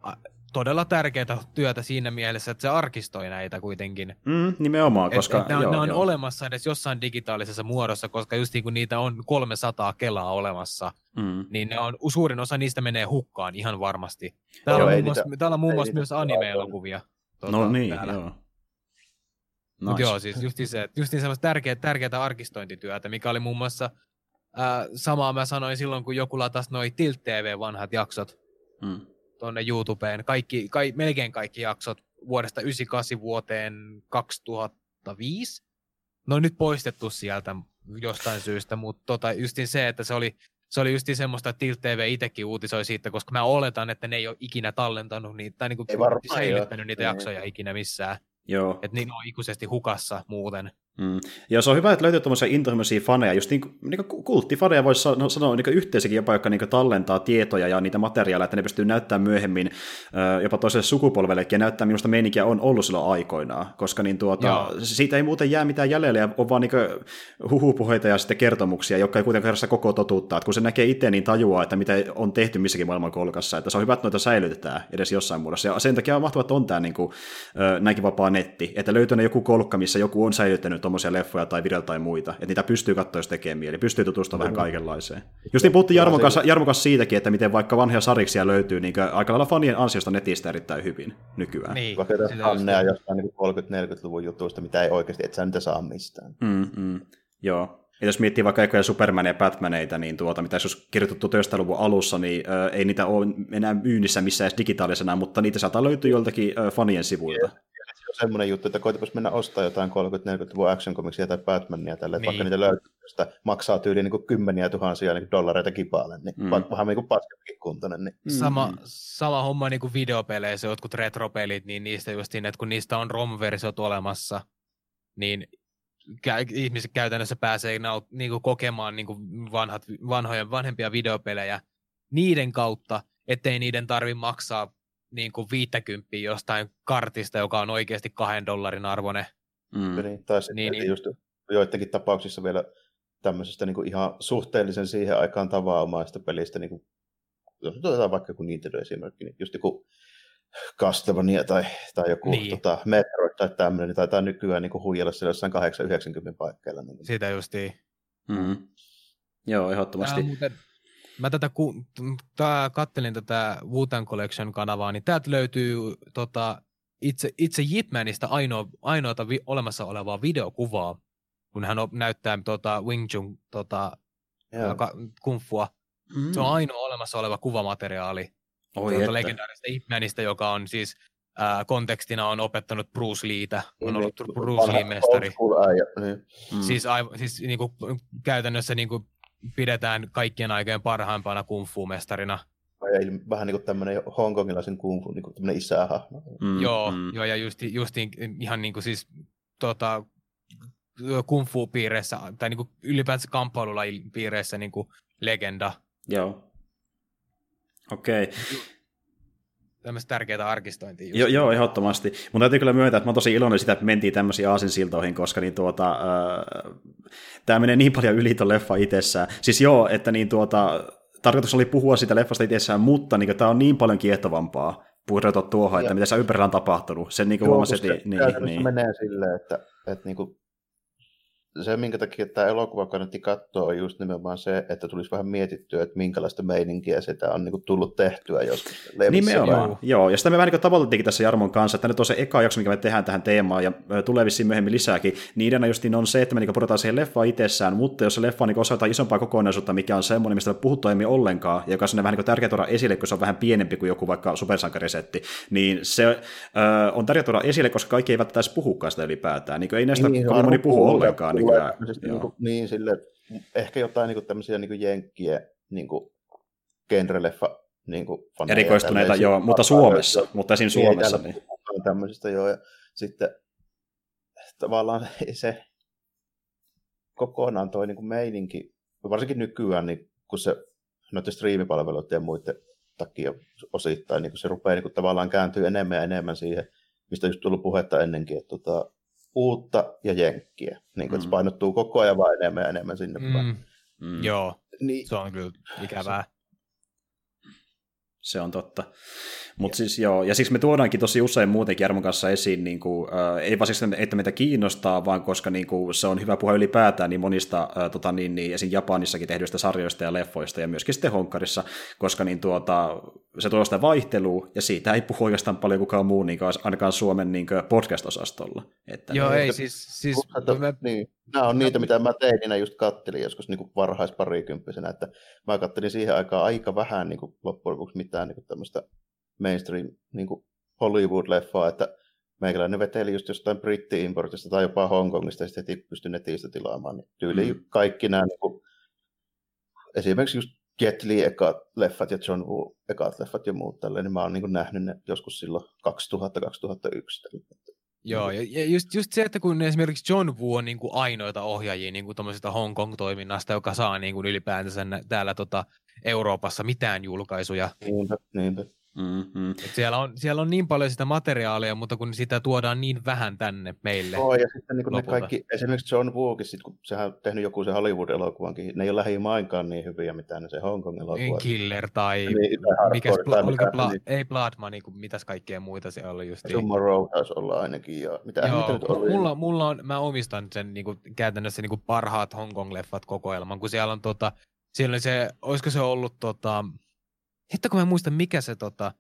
todella tärkeää työtä siinä mielessä, että se arkistoi näitä kuitenkin. Mm, nimenomaan, koska... Et, et ne on, joo, ne on joo. olemassa edes jossain digitaalisessa muodossa, koska just niin kuin niitä on kolmesataa kelaa olemassa, Mm. niin ne on, suurin osa niistä menee hukkaan ihan varmasti. Täällä Joo, on ei muun muassa, niitä- täällä on muun ei muassa niitä myös saa anime-elokuvia. Tuota, No niin, täällä. joo. Mut Nice. joo, siis just se, just niin semmoista tärkeää, tärkeää arkistointityötä, mikä oli muun muassa, ää, samaa mä sanoin silloin, kun joku latasi noi Tilt T V vanhat jaksot Mm. tuonne YouTubeen. Kaikki, kai, melkein kaikki jaksot vuodesta yhdeksänkymmentäkahdeksan vuoteen kaksituhattaviisi. Ne on nyt poistettu sieltä jostain syystä, mutta tota, justin se, että se oli, se oli justin semmoista, että Tilt T V itsekin uutisoi siitä, koska mä oletan, että ne ei ole ikinä tallentanut niitä, tai niinku Ei varmaan, säilyttänyt joo. niitä Ei. jaksoja ikinä missään. Joo. Että niin on ikuisesti hukassa muuten. Mm. Ja se on hyvä, että löytyy tuommoisia intohimoisia faneja, just niin, niin kulttifaneja voisi sanoa, sanoa niin yhteisökin jopa, joka niin tallentaa tietoja ja niitä materiaaleja, että ne pystyy näyttämään myöhemmin äh, jopa toiselle sukupolvellekin ja näyttää, minusta meininkiä on ollut silloin aikoinaan, koska niin tuota, siitä ei muuten jää mitään jäljellä ja on vaan niin huhupuheita ja sitten kertomuksia, jotka ei kuitenkaan kerrassa koko totuutta, että kun se näkee itse, niin tajuaa, että mitä on tehty missäkin maailmankolkassa, että se on hyvä, että noita säilytetään edes jossain muodossa ja sen takia on mahtavaa, että on tämä niin kuin, äh, näinkin vapaa netti, että löytyy joku kolkka, missä joku on säilyttänyt tommosia leffoja tai videoita tai muita, että niitä pystyy katsoa, jos tekee mieli, pystyy tutustumaan vähän kaikenlaiseen. Just niin puhuttiin Jarmon kanssa, Jarmon kanssa siitäkin, että miten vaikka vanhoja sariksia löytyy niin aika lailla fanien ansiosta netistä erittäin hyvin nykyään. Niin, Vaikka jotain sitä fanneja just- jostain niin kolmekymmentä-neljäkymmentäluvun jutuista, mitä ei oikeasti, et sä niitä saa mistään. Mm, mm, joo. Ja jos miettii vaikka ekoja Supermania ja Batmaneita, niin tuota, mitä jos kirjoitettu toistakymmentäluvun alussa, niin ö, ei niitä ole enää myynnissä missään edes digitaalisena, mutta niitä saattaa löytyä joltakin ö, fanien sivuilta. Se on semmoinen juttu, että koitapas mennä ostaa jotain kolmekymmentä-neljäkymmentäluvun action-komiksia tai Batmania tälle, että Niin. vaikka niitä löytyy, josta maksaa tyyliin niin kymmeniä tuhansia niin dollareita kipaale, niin Mm. mm. vähän niin kuin paskakin kuntoinen. Niin. Sama, sama homma niin kuin videopeleissä, jotkut retropelit, niin niistä justiin, että kun niistä on ROM-versiot olemassa, niin kä- ihmiset käytännössä pääsee naut- niin kuin kokemaan niin kuin vanhat, vanhoja, vanhempia videopelejä niiden kautta, ettei niiden tarvi maksaa niin kuin viittäkymppiä jostain kartista, joka on oikeasti kahden dollarin arvoinen. Mm. Niin, tai sitten Niin, niin, niin. just joidenkin tapauksissa vielä tämmöisestä niin kuin ihan suhteellisen siihen aikaan tavanomaista pelistä, niin kuin, jos nyt otetaan vaikka joku Nintendo esimerkki, niin just joku Castlevania tai, tai joku Niin. tota, Metroid tai tämmöinen, niin taitaa nykyään niin kuin huijalla siellä jossain kahdeksankymmentä yhdeksänkymmentä paikkeilla. Niin. Sitä justiin. Mm. Joo, ehdottomasti. Tää muuten, mä tätä ku, tää, kattelin tätä Wu-Tang Collection-kanavaa, niin täältä löytyy tota, itse, itse Yip Manista ainoa, ainoata vi, olemassa olevaa videokuvaa, kun hän on, näyttää tota, Wing Chun tota, Joo. ka, kungfua. Mm. Se on ainoa olemassa oleva kuvamateriaali Oi, tuota että. legendaarista Yip Manista, joka on siis ää, kontekstina on opettanut Bruce Leetä, on ollut Niin, Bruce vanha Leen mestari. old school äijä, niin. Mm. Siis, aiv- siis niinku, käytännössä niinku pidetään kaikkien aikojen parhaimpana kung-fu-mestarina. Ei, vähän niin kuin tämmöinen hongkongilaisen kung fu, niin kuin tämmöinen isähahmo. Mm, joo, mm. joo, ja justi, justiin ihan niinku siis tota, kung-fu-piireissä, tai niinku ylipäänsä kamppailulajipiireissä niinku legenda. Joo. Okei. Okay. Tämmöistä tärkeää arkistointia. Just. Jo, joo, ehdottomasti. Mun täytyy kyllä myöntää, että mä oon tosi iloinen sitä, että mentiin tämmöisiin aasinsiltoihin, koska niin tuota, äh, tämä menee niin paljon yli ton leffa itsessään. Siis joo, että niin tuota, tarkoitus oli puhua siitä leffasta itsessään, mutta niin tämä on niin paljon kiehtovampaa puhuttua tuohon, että mitä se ympärillä on tapahtunut. Sen niin huomasi, että se niin, käytännössä niin. menee silleen, että, että niin kuin, se, minkä takia tämä elokuva kannatti katsoa, on just nimenomaan se, että tulisi vähän mietittyä, että minkälaista meininkiä sitä on niin kuin tullut tehtyä joskus. Nimenomaan, joo. joo. Ja sitä me vähän niin tavoiteltiinkin tässä Jarmon kanssa, että nyt on se eka jakso, mikä me tehdään tähän teemaan, ja tulee vissiin myöhemmin lisääkin, niin ideana justiin on se, että me niin puhutaan siihen leffaan itsessään, mutta jos se leffa on niin osa jotain isompaa kokonaisuutta, mikä on semmoinen, mistä me puhuttu aiemmin ollenkaan, ja joka on vähän niin tärkeää tuoda esille, kun se on vähän pienempi kuin joku vaikka supersankarisetti, niin se ö, on tärkeää tuoda esille, koska kaikki eivät tässä puhukaan sitä ylipäätään. Niin ei näistä niin, kovin moni puhu ollenkaan. Niin, kyllä, niin, kuin, niin sille, ehkä jotain niin tämmöisiä niin jenkkiä niin genreleffa niin faneja. Erikoistuneita, joo, mutta Suomessa, jo, mutta esim. Suomessa. Niin. Tämmöisistä, joo, ja sitten tavallaan se kokonaan toi niin kuin meininki, varsinkin nykyään, niin kun se noiden striimipalveluiden ja muiden takia osittain, niin kun se rupeaa niin kuin tavallaan kääntyy enemmän ja enemmän siihen, mistä on just tullut puhetta ennenkin, että tota, uutta ja jenkkiä, niin kuin, mm. että se painottuu koko ajan vaan enemmän ja enemmän sinne mm. päin. Mm. Joo, niin, se on kyllä ikävää. se on totta. Mut siis joo, ja siksi me tuodaankin tosi usein muutenkin Jarmon kanssa esiin, niin kuin, äh, ei vaan siksi, että meitä kiinnostaa, vaan koska niin kuin, se on hyvä puhe ylipäätään niin monista äh, tota, niin, niin, esim. Japanissakin tehdyistä sarjoista ja leffoista, ja myöskin sitten Honkkarissa, koska niin, tuota, se tuo sitä vaihtelua, ja siitä ei puhu oikeastaan paljon kukaan muu, niin kuin, ainakaan Suomen niin kuin podcast-osastolla. Että, joo, niin, ei siis... siis Mutta, me... niin. Nämä on niitä, mitä mä tein, niin just kattelin joskus niin varhaisparikymppisenä, että mä kattelin siihen aikaan aika vähän niin kuin loppujen lopuksi mitään niin kuin tämmöistä mainstream niin kuin Hollywood-leffaa, että meikäläinen veteli just jostain britti-importista tai jopa Hongkongista, ja sitten heti pystyi netistä tilaamaan. Niin tyyliin mm. kaikki nämä, niin kuin, esimerkiksi just Jet Li ekat leffat ja John Woo ekat leffat ja muut tälleen, niin mä oon niin kuin nähnyt ne joskus silloin kaksituhatta kaksituhattayksi. Joo, ja just, just se, että kun esimerkiksi John Woo on niin kuin ainoita ohjaajia niin kuin tuommoisesta Hong Kong-toiminnasta, joka saa niin kuin ylipäätänsä täällä tota, Euroopassa mitään julkaisuja. Niinpä, niinpä. Mm-hmm. Siellä, on, siellä on niin paljon sitä materiaalia, mutta kun sitä tuodaan niin vähän tänne meille. Joo, ja sitten niin ne kaikki, esimerkiksi John Wookin, sit, kun sehän on tehnyt joku se Hollywood-elokuvankin, ne ei ole lähimainkaan niin hyviä mitään ne se Hong Kong-elokuva. Killer tai, niin, mikäs, tai oliko mitään, Bla, niin. ei Blood Money, kun mitäs kaikkea muita se oli just. Tomorrow taisi olla ainakin. Ja mitä, joo, mitä nyt oli? Mulla, mulla on, mä omistan sen niin kuin, käytännössä niin kuin parhaat Hong Kong-leffat kokoelman, kun siellä on tota, siellä oli se, olisiko se ollut tota, hitto kun mä muistan mikä se tota,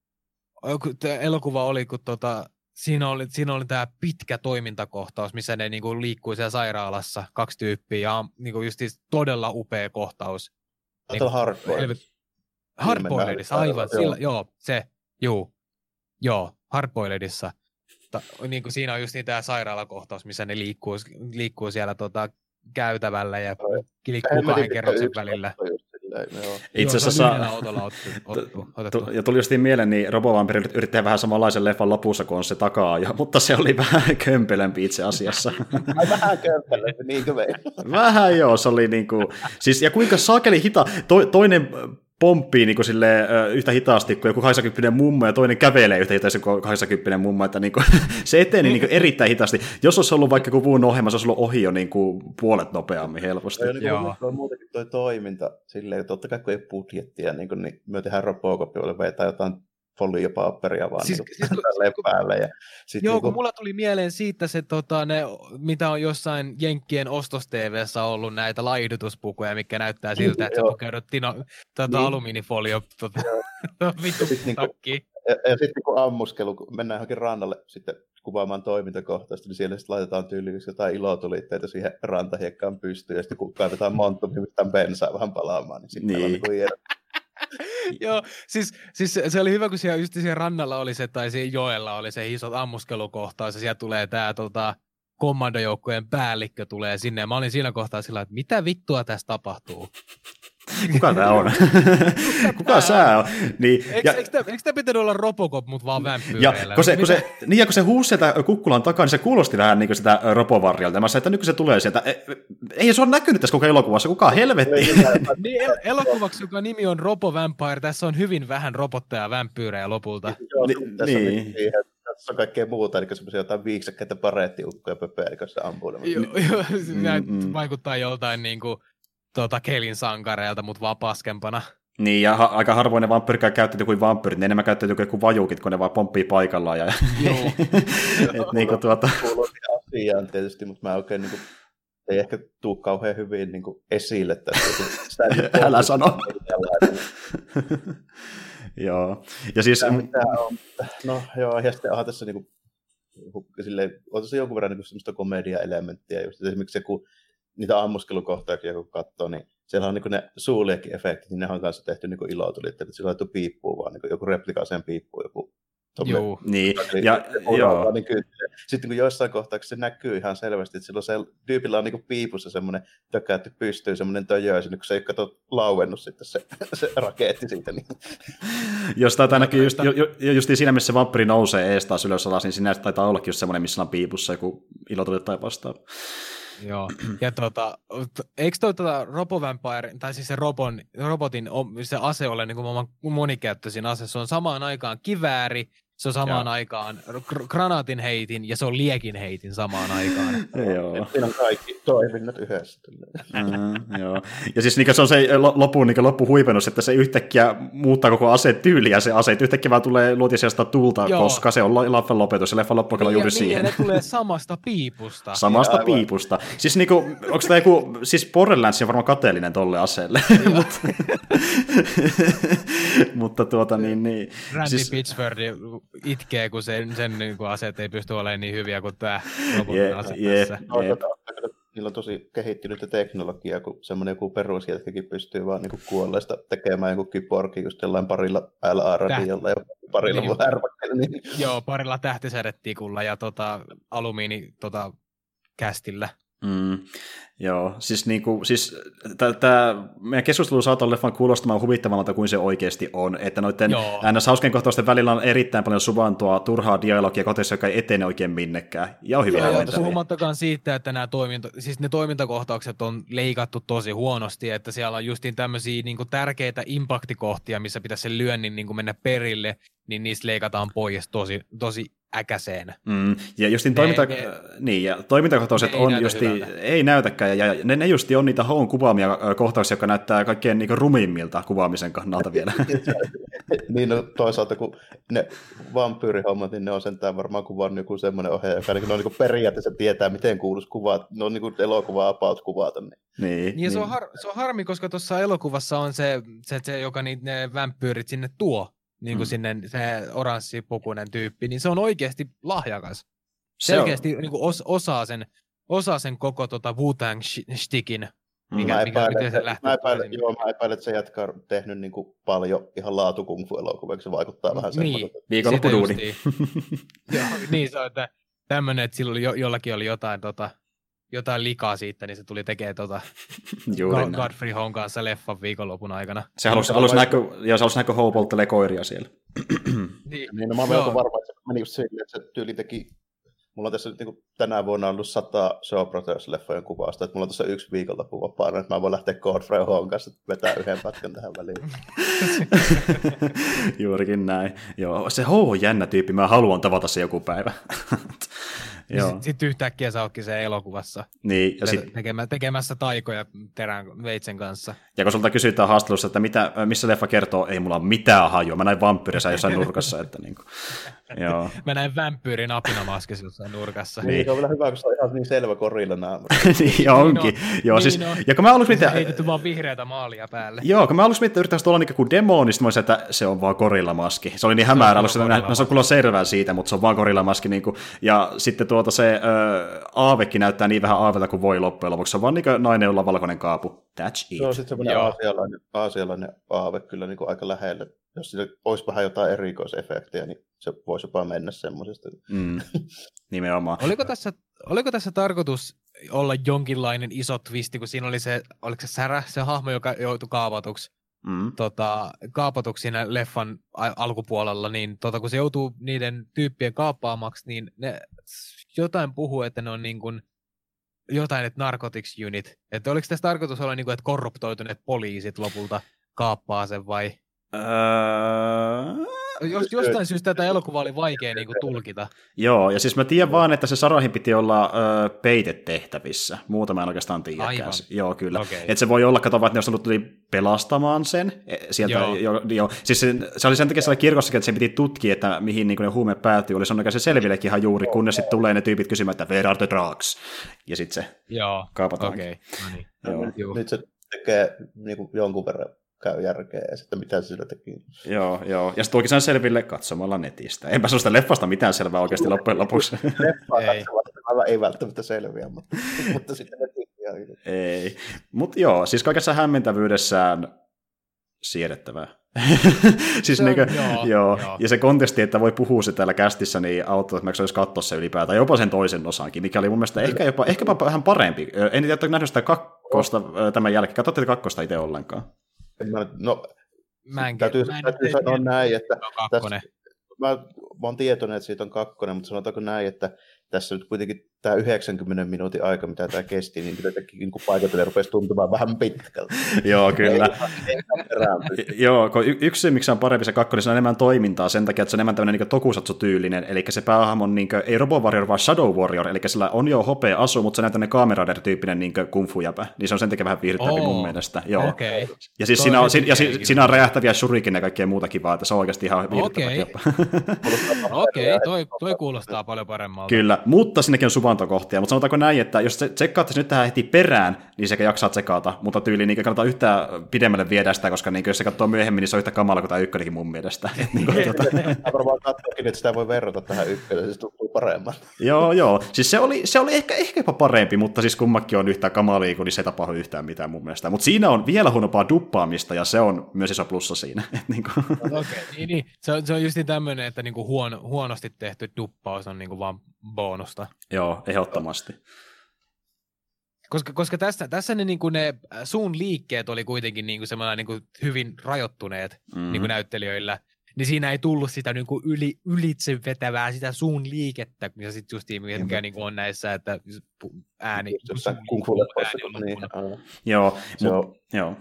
elokuva oli, kun tota, siinä oli, siinä oli tämä pitkä toimintakohtaus, missä ne niinku liikkuu siellä sairaalassa, kaksi tyyppiä, ja niinku just todella upea kohtaus. Niinku, Hardboiled. Hardboiledissa, aivan, joo. Sillä, joo, se, juu, joo, Hardboiledissa. Niinku siinä on just niin tämä sairaalakohtaus, missä ne liikkuu, liikkuu siellä tota, käytävällä ja liikkuu kahden kerroksen välillä. Itse asiassa, ja tuli justiin mieleen, niin Robovampiri yritti tehdä vähän samanlaisen leffan lopussa kuin on se takaa, ja, mutta se oli vähän kömpelempi itse asiassa. Ai vähän kömpelempi, niinkö me? Vähän joo, se oli niinku, siis ja kuinka saakeli hita, to, toinen pomppii niin kuin silleen, yhtä hitaasti kuin joku kahdeksankymppinen mummo, ja toinen kävelee yhtä hitaasti kuin kahdeksankymppinen mummo, että niin kuin, se eteni niin kuin erittäin hitaasti. Jos olisi ollut vaikka joku muun ohjelma, se olisi ollut ohi jo niin kuin puolet nopeammin helposti. Niin Joo. On muutenkin tuo toiminta silleen, että totta kai kun ei budjettia, niin, kuin, niin me tehdään Robocopilla vetää jotain foliopaperia vaan siis, niin kuin, siis, päälle. Ja sit joo, niin kun kuin... mulla tuli mieleen siitä se, tota, ne, mitä on jossain Jenkkien ostos-tv:ssä ollut näitä laihdutuspukuja, mikä näyttää siltä, että sä pukeudut tino, tota, niin. alumiinifolio tota, vittu takkiin. Ja, ja sitten kun ammuskelu, kun mennään johonkin rannalle sitten kuvaamaan toimintakohtaista, niin siellä sitten laitetaan tyyliin jotain ilotulitteita siihen rantahiekkaan pystyyn, ja sitten kun kaivetaan monttu, niin mitään bensaa vähän palaamaan, niin sitten niin. on niin kuin Joo, siis, siis se oli hyvä, kun siellä, just siellä rannalla oli se, tai siinä joella oli se isot ammuskelukohtaus, ja siellä tulee tämä tota, kommandojoukkojen päällikkö tulee sinne, ja mä olin siinä kohtaa sillä, että mitä vittua tässä tapahtuu? Kuka tää on? Kuka sä on? Niin, eikö, eikö, eikö, eikö tämä pitänyt olla Robocop, mutta vaan vampyyreillä? Ja kun se, kun se, niin, ja kun se huusi sieltä kukkulan takaa, niin se kuulosti vähän niin kuin sitä Robovarjalta. Mä sanoin, että nyt kun se tulee sieltä, ei se ole näkynyt tässä koko elokuvassa, kukaan helvetti. Niin, el- elokuvaksi, joka nimi on Robo Vampire, tässä on hyvin vähän robotteja ja vampyyrejä lopulta. Joo, Ni- tässä niin. on tässä on kaikkea muuta, eli semmoisia jotain viiksekkäitä pareettiukkoja pöpeä, kun se ampuu. Joo, jo, mm-hmm. vaikuttaa joltain niin kuin Tuota, Kelin sankareilta, mutta vaan paskempana. Niin, ja ha- aika harvoin ne vampyyrikään käyttäytyy kuin vampyyrit, ne enemmän käyttäytyy kuin vajukit, kun ne vaan pomppii paikallaan. Ja... Joo. Et niinku tuota... Kuuluu asiaan tietysti, mutta mä oikein niinku, ei ehkä tuu kauhean hyvin niinku esille tässä. Älä sano. Joo. Ja siis... Mitä on? No joo, ja sitten onhan tässä niinku, silleen, on tässä jonkun verran niinku semmoista komedia-elementtiä, just esimerkiksi se, kun niitä ammuskelukohtauksia, kun katsoo, niin siellä on niin ne suuliekki-efektit, niin ne on kanssa tehty niin ilotulitteet, että sillä on laittu piippuun vaan, niin joku replikaaseen piippuun, joku Joo, niin. Ja, joo. Niin sitten kun joissain kohtauksissa se näkyy ihan selvästi, että silloin se tyypillä on niin piipussa semmoinen tökätty pystyy, semmoinen töjöisin, kun se ei kato lauennut sitten se, se raketti siitä. Niin. Jos tämä näkyy just, ju, justiin siinä, missä se vampyri nousee ees taas ylös alas, niin siinä taitaa ollakin just semmoinen, missä on piipussa joku ilotulite tai vastaava. Joo, ja tota, eikö toi tota Robovampire, tai siis se robon, robotin se ase ole niin kuin monikäyttöisin ase, se on samaan aikaan kivääri, se on samaan ja. aikaan gr- granaatin heitin ja se on liekin heitin samaan aikaan. Joo. Siinä on kaikki toiminnat yhdessä. mm, joo. Ja siis niin se on se lopun, niin loppuhuipennus, että se yhtäkkiä muuttaa koko aseen tyyliä, se aseet yhtäkkiä vaan tulee luotisiasta tulta, joo. koska se on leffan lopetus, ja leffan loppu on juuri niin, siihen. Ja ne tulee samasta piipusta. Samasta ja, piipusta. Siis niinku, onko tämä joku, siis Borderlands on varmaan kateellinen tolle aseelle. Mutta, mutta tuota niin, niin Randy siis, Pitchford itkee, kun sen, sen niin kuin aseet ei pysty olemaan niin hyviä kuin tämä lopullinen yeah, ase yeah, tässä. Yeah. Niillä on tosi kehittynyt teknologia, kun semmoinen joku perusjätkäkin pystyy vaan niinku kuolleista tekemään joku kyborgi just jollain parilla L A-radiolla ja parilla niin, härpäkkäillä. Niin. Joo, parilla tähtisädetikulla ja tota, alumiini tota, kästillä. Mm, joo, siis, niinku, siis tämä meidän keskustelu saattaa leffan kuulostamaan huvittavammalta kuin se oikeasti on, että noiden ns. Hauskien kohtausten välillä on erittäin paljon suvantoa, turhaa dialogia kohteessa, joka ei etene oikein minnekään, ja on hyvin hämmentäviä. Puhumattakaan siitä, että nämä toiminto, siis ne toimintakohtaukset on leikattu tosi huonosti, että siellä on justiin tämmöisiä niinku tärkeitä impaktikohtia, missä pitäisi sen lyönnin niinku mennä perille, niin niistä leikataan pois tosi, tosi äkäseen. Mm, ja justiin toiminta, ne, niin, ja toimintakohtauset on justi, ei näytäkään, ja, ja ne, ne justi on niitä Hoon kuvaamia kohtauksia, jotka näyttää kaikkein niin rumimmilta kuvaamisen kannalta vielä. Niin no, toisaalta, kun ne vampyyrihommat, niin ne on sentään varmaan kuvannut joku semmoinen ohjaaja, joka niin, on niin periaatteessa tietää, miten kuuluisi kuvata. Ne on niin elokuvaa about kuvata. Niin, niin, niin, niin. Se, on har, se on harmi, koska tuossa elokuvassa on se, se, se joka niitä ne vampyyrit sinne tuo. Niin kuin mm. sinne se oranssipukuinen tyyppi, niin se on oikeasti lahjakas. Selkeästi niin kuin os, osaa, sen, osaa sen koko tota Wu-Tang-shtikin, mikä, mä mikä miten se lähtee. Mä epäilen, joo, mä epäilen, että se jatkaa tehnyt niin kuin paljon ihan laatu kung fu-elokuvia, se vaikuttaa vähän niin, semmoista. Viikonloppuduuni. Niin se on, että tämmöinen, että silloin jo, jollakin oli jotain, tota, jotain likaa siitä, niin se tuli tekemään tota God, Godfrey Hon kanssa leffan viikonlopun aikana. Se halusi, halusi näkö, ja se halusi näkö Hope polttelee koiria siellä. niin, niin no, mä olen melko varma, että se meni just silleen, että se tyyli teki, mulla on tässä nyt niin tänä vuonna ollut sata Shaw Brothers-leffojen kuvausta, että mulla on tuossa yksi viikonloppu vapaana, että mä voin lähteä Godfrey Hon kanssa vetää yhden pätkän tähän väliin. Juurikin näin. Joo, se Ho on jännä tyyppi, mä haluan tavata se joku päivä. Sitten sit yhtäkkiä sä ootkin se elokuvassa niin, ja sit... tekemä, tekemässä taikoja terän veitsen kanssa. Ja kun sulta kysytään haastattelussa, että mitä, missä leffa kertoo, ei mulla ole mitään hajua, mä näin vampyyrissä jossain nurkassa. Että niin kuin, joo. Mä näin vampyyrin apinamaskissa jossain nurkassa. Niin, se on vielä hyvä, kun se on ihan niin selvä korilla naama. niin onkin. Niin joo, niin siis, no. Ja kun mä aluksi mitä... heitetty vaan vihreätä maalia päälle. Joo, kun mä aluksi mitä yrittäisi tuolla niin kuin demo, niin sitten mä että se on vaan gorillamaski. Se oli niin hämärä aluksi, että mä saan kuulla selvää siitä, mutta se on vaan gorillamaski. Niin kuin, ja sitten tuota se... Aavekin näyttää niin vähän aavelta kuin voi loppujen lopuksi. Se on vaan niin kuin nainen, jolla on valkoinen kaapu. That's it. Se on sitten semmoinen aasialainen, aasialainen aave kyllä niin kuin aika lähelle. Jos sillä olisi vähän jotain erikoisefektejä, niin se voisi jopa mennä semmoisesta. Mm, nimenomaan. Oliko tässä, oliko tässä tarkoitus olla jonkinlainen iso twisti, kun siinä oli se, oliko se Särä, se hahmo, joka joutui kaapatuksi, mm. tota, kaapatuksi siinä leffan alkupuolella, niin tota, kun se joutuu niiden tyyppien kaappaamaksi, niin ne jotain puhuu, että ne on niin kuin jotain, että narcotics unit. Että oliko tässä tarkoitus olla niin kuin, että korruptoituneet poliisit lopulta kaappaa sen vai? Öö... Jos, jostain syystä tätä elokuvaa oli vaikea niin kuin tulkita. Joo, ja siis mä tiedän vaan, että se Sarahin piti olla ö, peitetehtävissä. Muuta mä en oikeastaan tiedäkään. Joo, kyllä. Okay. Että se voi olla, katsotaan, että ne olisi tullut tuli pelastamaan sen. Sieltä, joo. Jo, jo. Siis se, se oli sen takia siellä kirkossakin, että se piti tutkia, että mihin niin ne huumeet päätyy. Oli se selvillekin ihan juuri, kunnes sitten tulee ne tyypit kysymään, että where are the drugs? Ja sitten se joo. kaapataan. Okei. Okay. No niin. Joo. Nyt se tekee niin kuin jonkun verran käy järkeä ja sitten mitä se sillä teki. Joo, joo. Ja sitten tuokin sen selville katsomalla netistä. Enpä susta leffasta mitään selvää oikeasti loppujen lopuksi. Leffaa katsomalla ei välttämättä selviä, mutta, mutta sitten netistä. Ei. Mutta joo, siis kaikessa hämmentävyydessään siedettävää. siis se, niin kuin, joo, joo. joo. Ja se kontesti, että voi puhua se täällä kästissä, niin auttoi, että mä olisi katsoa se ylipäätään, jopa sen toisen osankin, mikä oli mun mielestä ehkä jopa, ehkä jopa vähän parempi. En tiedä, että nähnyt sitä kakkosta tämän jälkeen. Katsotte kakkosta itse ollenkaan? Mä, no, mä en, täytyy, mä en täytyy sanoa näin, että tässä, mä mä oon tietoinen, että siitä on kakkonen, mutta sanotaanko näin, että tässä nyt kuitenkin tämä yhdeksänkymmenen minuutin aika, mitä tämä kesti, niin kyllä teki niin paikotelle rupesi tuntumaan vähän pitkältä. Joo, kyllä. Joo, y- yksi syy, miksi se on parempi se kakkonen, se on enemmän toimintaa sen takia, että se on enemmän tämmöinen niin tokusatsu-tyylinen, eli se päähahmo on niin kuin, ei Robo Warrior, vaan Shadow Warrior, eli sillä on jo hopea asu, mutta se on tämmöinen Kamen Rider-tyyppinen niin kung fu-jäpä, niin se on sen takia vähän viihdyttävämpi oh, mun mielestä. Joo. Okay. Ja siis siinä on, si- ja si- siinä on räjähtäviä shuriken ja kaikkea muuta kivaa, että se on oikeasti ihan viihdyttävä okay. jopa. Okei, okay, toi, toi kuulostaa paljon paremmalta. Kyllä, mutta sinnekin on suvantokohtia, mutta sanotaanko näin, että jos tsekkaatte nyt tähän heti perään, niin sekä jaksaa tsekata, mutta tyyliin niin kannattaa yhtään pidemmälle viedä sitä, koska niin, jos se katsoo myöhemmin, niin se on yhtä kamala kuin tämä ykkönenkin mun mielestä. niin kuin, tuota... varmaan katsoakin, että sitä voi verrata tähän ykkönen, se tuntuu paremmin. joo, joo. Siis se oli, se oli ehkä, ehkä jopa parempi, mutta siis kummakin on yhtään kamalia, kun niin se ei tapahdu yhtään mitään mun mielestä. Mutta siinä on vielä huonompaa duppaamista, ja se on myös iso plussa siinä. niin kuin... Okei, okay, niin, niin. Se, on, se on just tämmöinen, että niinku huono, huonosti tehty duppaus on niinku vaan bonusta. Joo, ehdottomasti. Koska, koska tässä, tässä ne, niinku ne suun liikkeet oli kuitenkin niinku niinku hyvin rajoittuneet mm-hmm. niinku näyttelijöillä, niin siinä ei tullut sitä niinku yli, ylitse vetävää sitä suun liikettä, mikä sitten justiin mikä niinku on näissä, että ääni... Jossain kung fu niin, joo, mut, joo.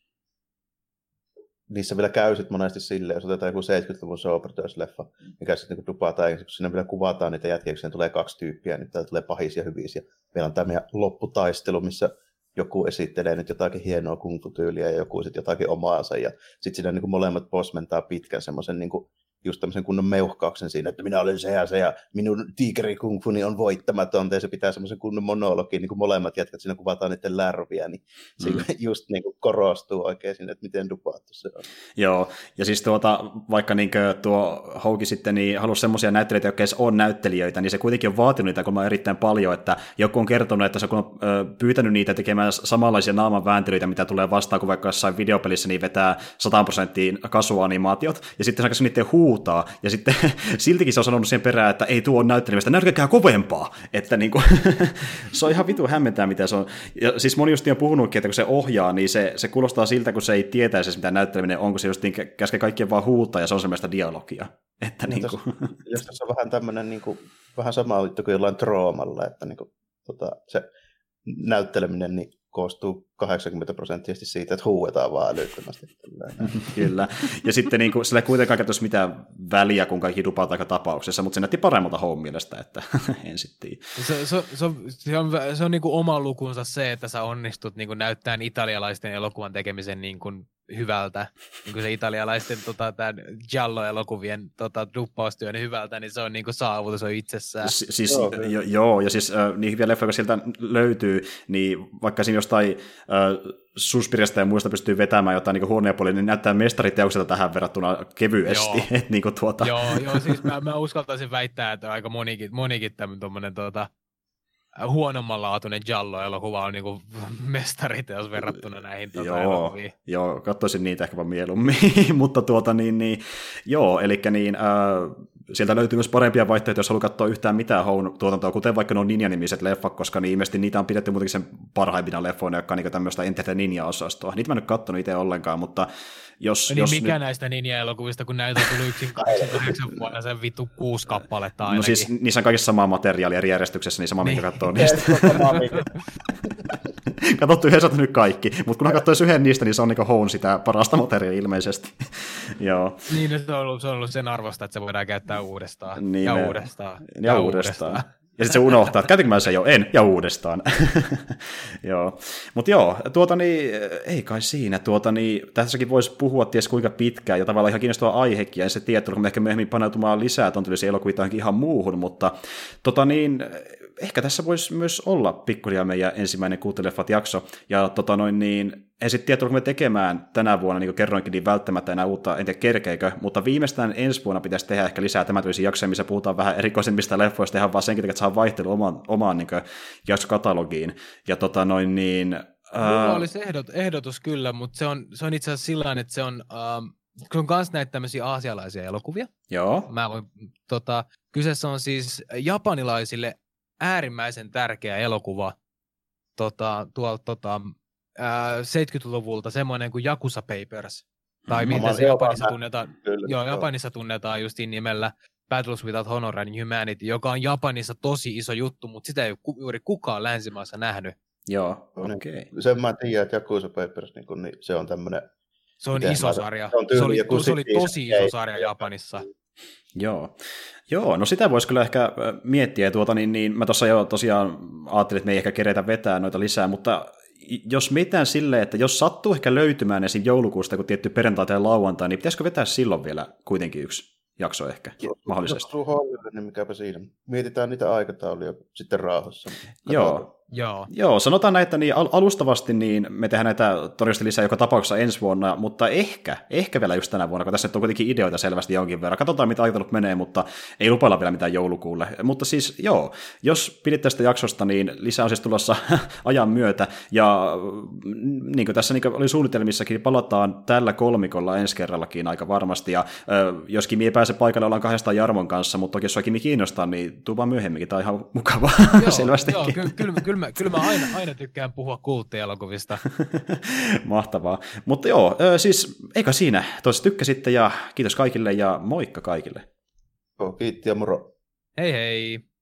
Niissä vielä käy sitten monesti silleen, jos otetaan joku seitsemänkymmentäluvun Showbrothers-leffa, mikä sitten niin dupataan, kun siinä vielä kuvataan niitä jätkiä, kun siinä tulee kaksi tyyppiä, niin täällä tulee pahis ja hyviä. Ja meillä on tämä meidän lopputaistelu, missä joku esittelee nyt jotakin hienoa kung fu-tyyliä ja joku sitten jotakin omaansa. Ja sitten siinä niin molemmat bossmentaa pitkän semmoisen niin just tämmöisen kunnon meuhkauksen siinä, että minä olen se ja se ja minun tiikeri kung funi on voittamaton, ja se pitää semmoisen kunnon monologin, niin kuin molemmat jätkät siinä kuvataan niiden lärviä, niin se mm. just niin kuin korostuu oikein siinä, että miten dupaattu se on. Joo, ja siis tuota, vaikka niin tuo Houki sitten niin halusi semmoisia näyttelijöitä, jotka edes on näyttelijöitä, niin se kuitenkin on vaatinut niitä kun erittäin paljon, että joku on kertonut, että se on pyytänyt niitä tekemään samanlaisia naaman vääntelyitä, mitä tulee vastaan, kun vaikka jossain videopelissä niin vetää sata prosenttia kasuanimaatiot, ja sitten se on niiden huu huutaa, ja sitten siltikin se on sanonut siihen perään, että ei tuo on näyttelemästä, näyttäkää kovempaa, että niin kuin, se on ihan vitu hämmentää, mitä se on. Ja siis moni just on puhunutkin, että kun se ohjaa, niin se, se kuulostaa siltä, kun se ei tietäisi, mitä näytteleminen on, kun se just niin käskee kaikkien vaan huutaa, ja se on semmoista dialogia. Että no, niin kuin... Jos tässä on vähän tämmöinen, niin kuin, vähän sama juttu kuin jollain Troomalla, että niin kuin, tota, se näytteleminen, niin koostuu kahdeksankymmentä prosenttisesti siitä, että huuetaan vaan älyttömästi. Kyllä. Ja sitten niin kuin, sillä ei kuitenkaan käytössä mitään väliä, kun kaikki dupataan aika tapauksessa, mutta se näytti paremmalta Home mielestä, että en sitten Se, se, se on, se on, se on niin kuin oma lukunsa se, että sä onnistut niin kuin näyttämään italialaisten elokuvan tekemisen niin kuin hyvältä, niin kuin se italialaisten tota, tämän Giallo-elokuvien tota, duppaustyön hyvältä, niin se on niin kuin saavutus on itsessään. Si- siis, joo, jo, joo, ja siis äh, niihin vielä leffoja, jotka sieltä löytyy, niin vaikka siinä jostain äh, Suspirista ja muista pystyy vetämään jotain niin huonoja puolia, niin näyttää mestariteokselta tähän verrattuna kevyesti. Joo, Et, niin kuin, tuota... joo, joo siis mä, mä uskaltaisin väittää, että aika monikin, monikin tämmöinen tuota, huonommanlaatuinen Giallo-elokuva on niinku mestariteos verrattuna näihin tuota joo, elokuviin. Joo, katsoisin niitä ehkä vaan mieluummin, mutta tuota niin, niin joo, eli niin, äh, sieltä löytyy myös parempia vaihtoehtoja, jos haluaa katsoa yhtään mitään Houn-tuotantoa, kuten vaikka nuo Ninja-nimiset leffat, koska niin ilmeisesti niitä on pidetty muutenkin sen parhaimpina leffoina, jotka on niin tämmöistä Enter Ninja-osastoa. Niitä mä en nyt katsonut itse ollenkaan, mutta jos... Niin jos mikä nyt... näistä Ninja-elokuvista, kun näitä on tullut yksin kahdeksan vuonna sen vittu kuusi kappaletta ainakin. No siis niissä on kaikissa samaa materiaalia eri järjestyksessä, niin sama, minkä katsoo niistä. Katsottu yhdessä nyt kaikki, mutta kun katsoo yhden niistä, niin se on niin Houn sitä parasta materiaalia ilmeisesti. Joo. Niin, se on, ollut, se on ollut sen arvosta, että se voidaan käyttää uudestaan. Niin ja, me... uudestaan. ja, ja uudestaan. uudestaan. Ja sitten se unohtaa, että käytänkö mä se jo? En, ja uudestaan. Joo. Mutta joo, tuota niin, ei kai siinä. Tuota niin, tässäkin voisi puhua ties kuinka pitkään, ja tavallaan ihan kiinnostava aihekin, ja en se tiedä, tulko ehkä myöhemmin paneutumaan lisää tuontyylisiä elokuvia ihan muuhun, mutta tota niin, ehkä tässä voisi myös olla pikkuhiljaa meidän ensimmäinen Kuuteleffat jakso, ja tota noin niin, en sitten tiedä, tulko me tekemään tänä vuonna, niin kuin kerroinkin, niin välttämättä enää uutta, en tiedä kerkeikö, mutta viimeistään ensi vuonna pitäisi tehdä ehkä lisää tämän tyylisiä jaksoja, missä puhutaan vähän erikoisemmista leffoista, ihan vaan senkin, että saa vaihtelu omaan, omaan niin jaksokatalogiin. Ja tota noin niin... Mulla ää... olisi ehdot, ehdotus kyllä, mutta se on, se on itse asiassa sillä että se on, ähm, se on myös näitä tämmöisiä aasialaisia elokuvia. Joo. Mä voin, tota, kyseessä on siis japanilaisille äärimmäisen tärkeä elokuva tota, tuolta tota, seitsemänkymmentäluvulta, semmoinen kuin Yakuza Papers, tai mm, mitä se Japanissa tunnetaan, joo, Japanissa tunnetaan justiin nimellä Battles Without Honor and Humanity, joka on Japanissa tosi iso juttu, mutta sitä ei ole ku, juuri kukaan länsimaassa nähnyt. Joo, no, okei. Okay. Sen mä tiedän, että Yakuza Papers, niin, kun, niin se on tämmöinen... Se on iso mä, sarja. Se, on se oli, se oli tosi iso sarja Japanissa. Joo. Joo, no sitä voisi kyllä ehkä miettiä. Tuota, niin, niin, mä tuossa jo tosiaan ajattelin, että me ei ehkä keretä vetää noita lisää, mutta jos mitään silleen, että jos sattuu ehkä löytymään esim. Joulukuusta, kun tietty perjantai tai lauantai, niin pitäisikö vetää silloin vielä kuitenkin yksi jakso ehkä, Joo, mahdollisesti? Jos Hollywood, niin mikäpä siinä. Mietitään niitä aikatauluja sitten rauhassa. Joo. Joo. Joo, sanotaan näitä niin al- alustavasti, niin me tehdään näitä todennäköisesti lisää joka tapauksessa ensi vuonna, mutta ehkä, ehkä vielä just tänä vuonna, kun tässä on kuitenkin ideoita selvästi jonkin verran. Katsotaan, mitä aikataulut menee, mutta ei lupailla vielä mitään joulukuulle. Mutta siis joo, jos pidit tästä jaksosta, niin lisää on siis tulossa ajan myötä, ja niin kuin tässä niin kuin oli suunnitelmissakin, palataan tällä kolmikolla ensi kerrallakin aika varmasti, ja jos Kimi ei pääse paikalle, ollaan kahdestaan Jarmon kanssa, mutta toki jos sua Kimi kiinnostaa, niin tuu vaan myöhemminkin, tämä on ihan mukavaa selvästikin. Joo, kyllä, kyllä, kyllä mä, kyllä mä aina, aina tykkään puhua kulttielokuvista. Mahtavaa. Mutta joo, siis eikä siinä. Toivottavasti tykkäsitte ja kiitos kaikille ja moikka kaikille. Kiitti ja moro. Hei hei.